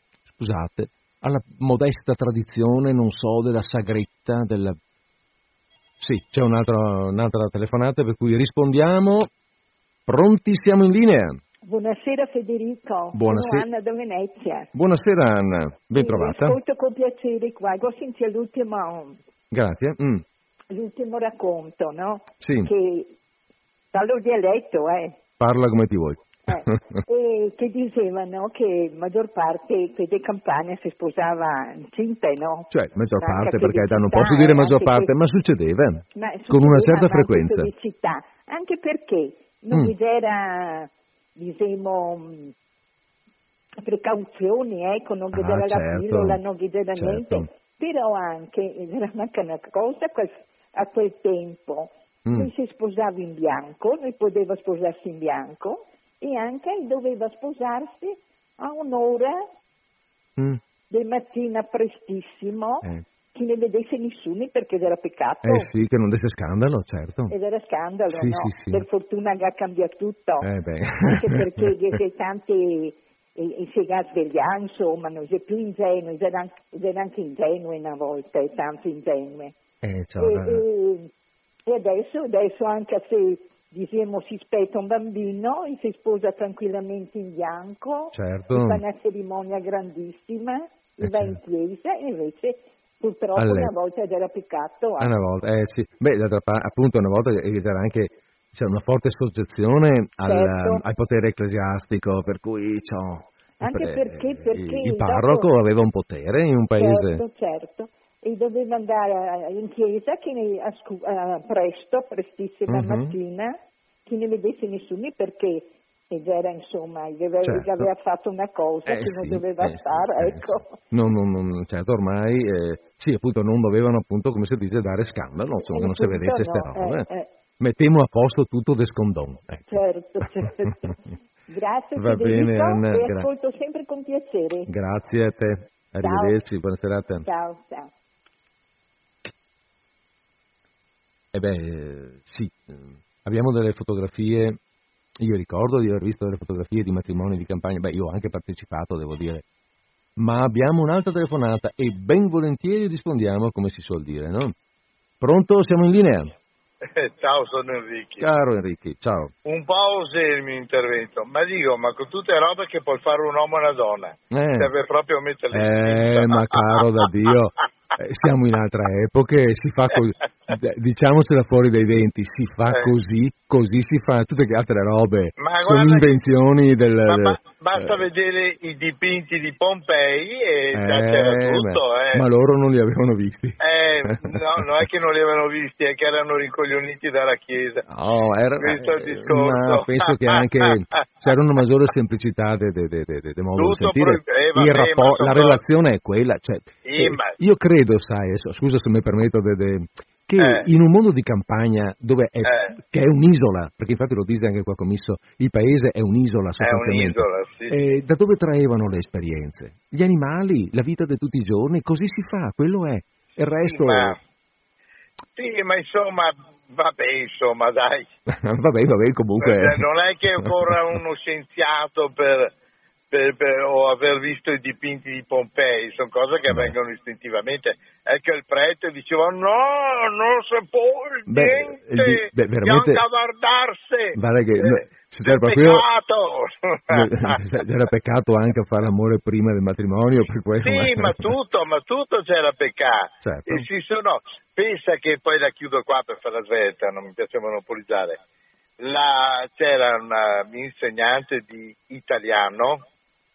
modesta tradizione, non so, della sagretta, Sì, c'è un'altra telefonata, per cui rispondiamo. Pronti, siamo in linea. Buonasera Federico, Buonasera. Sono Anna da Venezia. Buonasera Anna, ben trovata. Ascolto con piacere qua, ho sentito Grazie. L'ultimo racconto, no? Sì. Che dallo dialetto, Parla come ti vuoi. E che dicevano che maggior parte delle campane si sposava incinte, no? Cioè, maggior parte, perché non posso dire maggior parte, ma succedeva con una certa frequenza. Di città, anche perché non c'era, diciamo, precauzioni, non vedere la pillola, non vedere niente, però anche, era anche una cosa, a quel tempo, lui si sposava in bianco, lui poteva sposarsi in bianco, e anche doveva sposarsi a un'ora di mattina prestissimo, che ne vedesse nessuno, perché era peccato. Sì, che non desse scandalo, certo. Ed era scandalo, sì, no? Sì. Per fortuna che ha cambiato tutto. Anche perché c'è tanti si svegliano, insomma, non c'è più ingenui, era anche ingenue una volta, e tanto ingenue. E adesso anche se diciamo si spetta un bambino e si sposa tranquillamente in bianco, certo. fa una cerimonia grandissima, va in chiesa, e invece purtroppo una volta era peccato. Una volta, sì. Beh, appunto una volta c'era anche una forte soggezione al potere ecclesiastico, per cui anche perché il parroco aveva un potere in un paese. Certo. e doveva andare in chiesa prestissima mattina, che ne vedesse nessuno, perché ed era insomma aveva fatto una cosa che non doveva fare, ecco. Certo, ormai sì, appunto non dovevano, appunto, come si dice, dare scandalo, insomma, che non si vedesse ste robe. Mettiamo a posto tutto de scondon. Certo. Grazie, va bene, Anna, e ascolto sempre con piacere. Grazie a te, arrivederci, buona serata. Ciao. Sì, abbiamo delle fotografie. Io ricordo di aver visto delle fotografie di matrimoni di campagna, io ho anche partecipato, devo dire, ma abbiamo un'altra telefonata e ben volentieri rispondiamo, come si suol dire, no? Pronto? Siamo in linea? Ciao, sono Enrico. Caro Enrico, ciao. Un po' osè il mio intervento, ma con tutte le robe che può fare un uomo e una donna, serve proprio metterle ma caro da Dio, siamo in altre epoche, si fa così, diciamocela fuori dai denti, si fa così si fa, tutte le altre robe sono invenzioni basta vedere i dipinti di Pompei e già c'era tutto. Ma loro non li avevano visti. No, non è che non li avevano visti, è che erano rincoglioniti dalla Chiesa. Questo è il discorso. Ma penso che anche c'era una maggiore semplicità del modo di sentire. La relazione è quella. Cioè, io credo, sai, scusa se mi permetto, che in un mondo di campagna dove che è un'isola, perché infatti lo dice anche qua commisso, il paese è un'isola sostanzialmente. È un'isola, sì. Da dove traevano le esperienze? Gli animali, la vita di tutti i giorni, così si fa, quello è. Il resto... Sì, ma insomma, dai. vabbè, comunque... Non è che occorra uno scienziato per o aver visto i dipinti di Pompei, sono cose che avvengono istintivamente. È che il prete diceva no, non si può il niente, veramente guardarsi, c'era peccato anche a fare l'amore prima del matrimonio, per quello. Sì, ma tutto c'era peccato. Certo. E pensa che poi la chiudo qua per fare la svelta, non mi piace monopolizzare. C'era una insegnante di italiano,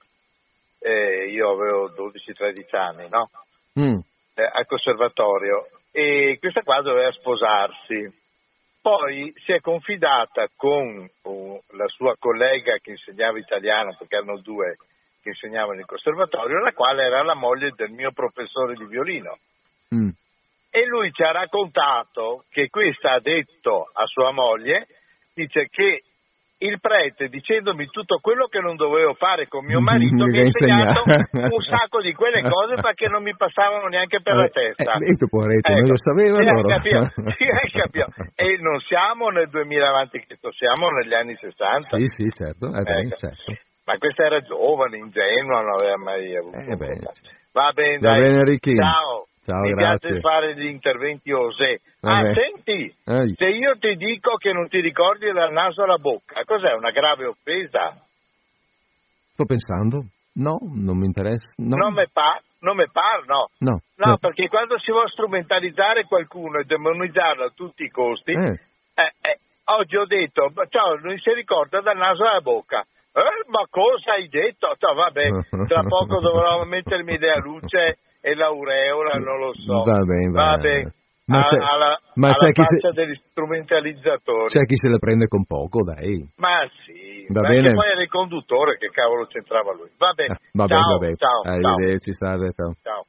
io avevo 12-13 anni, no? Al conservatorio, e questa qua doveva sposarsi. Poi si è confidata con la sua collega che insegnava italiano, perché erano due che insegnavano in conservatorio, la quale era la moglie del mio professore di violino. E lui ci ha raccontato che questa ha detto a sua moglie, dice che il prete, dicendomi tutto quello che non dovevo fare con mio marito, mi ha insegnato un sacco di quelle cose perché non mi passavano neanche per la testa. E tu poveretto, non lo sapevo allora. E non siamo nel 2000 avanti Cristo, siamo negli anni 60. Sì, certo. Certo. Ma questa era giovane, ingenua, non aveva mai avuto. Va bene, dai. Va bene, Ricky. Ciao. Mi grazie. piace fare gli interventi osè. Senti, se io ti dico che non ti ricordi dal naso alla bocca, cos'è, una grave offesa? Sto pensando. No, non mi interessa. No. Non mi par, no. No, perché quando si vuole strumentalizzare qualcuno e demonizzarlo a tutti i costi, oggi ho detto, ciao, non si ricorda dal naso alla bocca. Ma cosa hai detto? Vabbè, tra poco dovrò mettermi la luce e l'aureola, non lo so. Va bene. Ma c'è chi degli strumentalizzatori. C'è chi se la prende con poco, dai. Ma sì, va bene. Poi era il conduttore, che cavolo c'entrava lui. Va bene. Ciao. Arrivederci, salve. Ciao.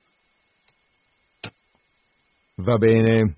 Va bene.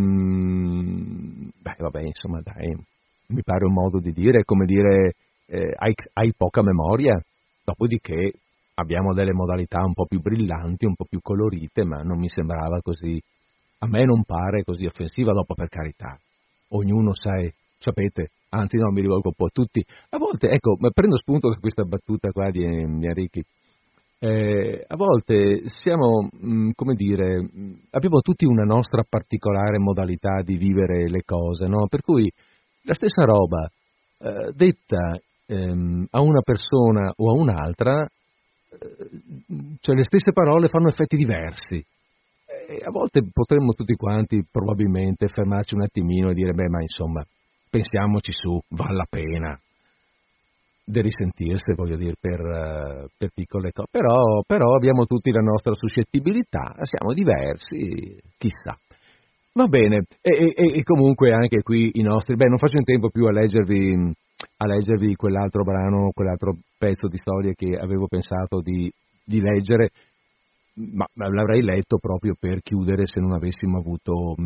Vabbè, insomma, dai. Mi pare un modo di dire, come dire, hai poca memoria. Dopodiché abbiamo delle modalità un po' più brillanti, un po' più colorite, ma non mi sembrava così, a me non pare così offensiva. Dopo, per carità, ognuno sapete, anzi no, mi rivolgo un po' a tutti, a volte, ecco, prendo spunto da questa battuta qua di Enrico, a volte siamo, come dire, abbiamo tutti una nostra particolare modalità di vivere le cose, no? Per cui la stessa roba detta a una persona o a un'altra, cioè le stesse parole fanno effetti diversi. A volte potremmo tutti quanti probabilmente fermarci un attimino e dire, ma insomma, pensiamoci su, vale la pena. risentirsi, voglio dire, per piccole cose, però abbiamo tutti la nostra suscettibilità, siamo diversi, chissà. Va bene, e comunque anche qui i nostri, non faccio in tempo più a leggervi quell'altro brano, quell'altro pezzo di storia che avevo pensato di leggere, ma l'avrei letto proprio per chiudere se non avessimo avuto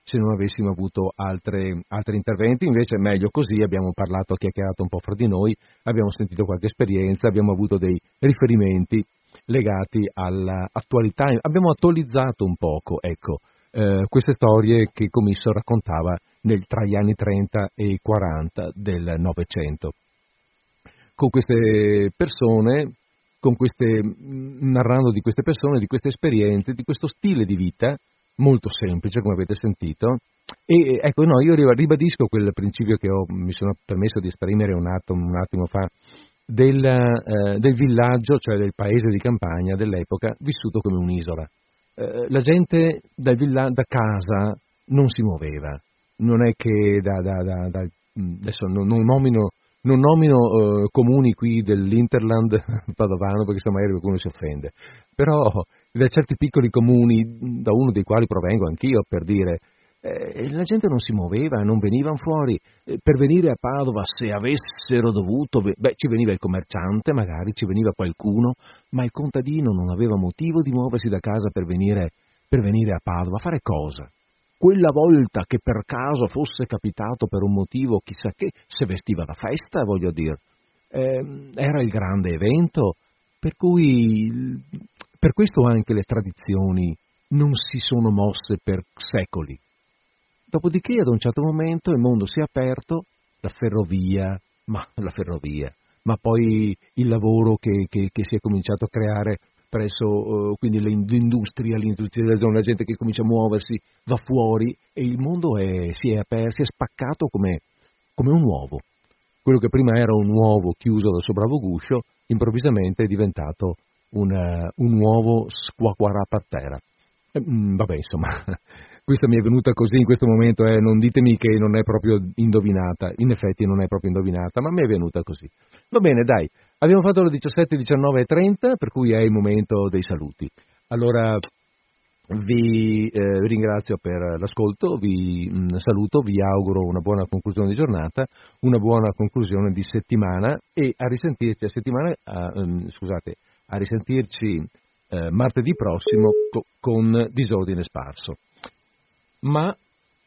altri interventi. Invece è meglio così, abbiamo chiacchierato un po' fra di noi, abbiamo sentito qualche esperienza, abbiamo avuto dei riferimenti legati all'attualità, abbiamo attualizzato un poco, ecco, queste storie che Commisso raccontava tra gli anni 30 e i 40 del Novecento. Con queste persone, narrando di queste persone, di queste esperienze, di questo stile di vita molto semplice, come avete sentito. E ecco, io ribadisco quel principio che mi sono permesso di esprimere un attimo fa, del villaggio, cioè del paese di campagna dell'epoca, vissuto come un'isola. La gente da casa non si muoveva, non è che adesso non nomino comuni qui dell'Interland padovano, perché magari qualcuno si offende, però da certi piccoli comuni, da uno dei quali provengo anch'io, per dire, la gente non si muoveva, non venivano fuori. Per venire a Padova, se avessero dovuto, ci veniva il commerciante, magari ci veniva qualcuno, ma il contadino non aveva motivo di muoversi da casa per venire a Padova. Fare cosa? Quella volta che per caso fosse capitato per un motivo, chissà che, se vestiva da festa, voglio dire, era il grande evento, per cui per questo anche le tradizioni non si sono mosse per secoli. Dopodiché ad un certo momento il mondo si è aperto, la ferrovia, ma poi il lavoro che si è cominciato a creare presso quindi l'industria della zona, la gente che comincia a muoversi, va fuori e il mondo si è spaccato come un uovo. Quello che prima era un uovo chiuso dal suo bravo guscio, improvvisamente è diventato un uovo squacquarà per terra. Vabbè, insomma, questa mi è venuta così in questo momento, non ditemi che non è proprio indovinata, in effetti non è proprio indovinata, ma mi è venuta così. Va bene, dai, abbiamo fatto le 17, 19 e 30, per cui è il momento dei saluti. Allora vi ringrazio per l'ascolto, vi saluto, vi auguro una buona conclusione di giornata, una buona conclusione di settimana e a risentirci martedì prossimo con Disordine Sparso. Ma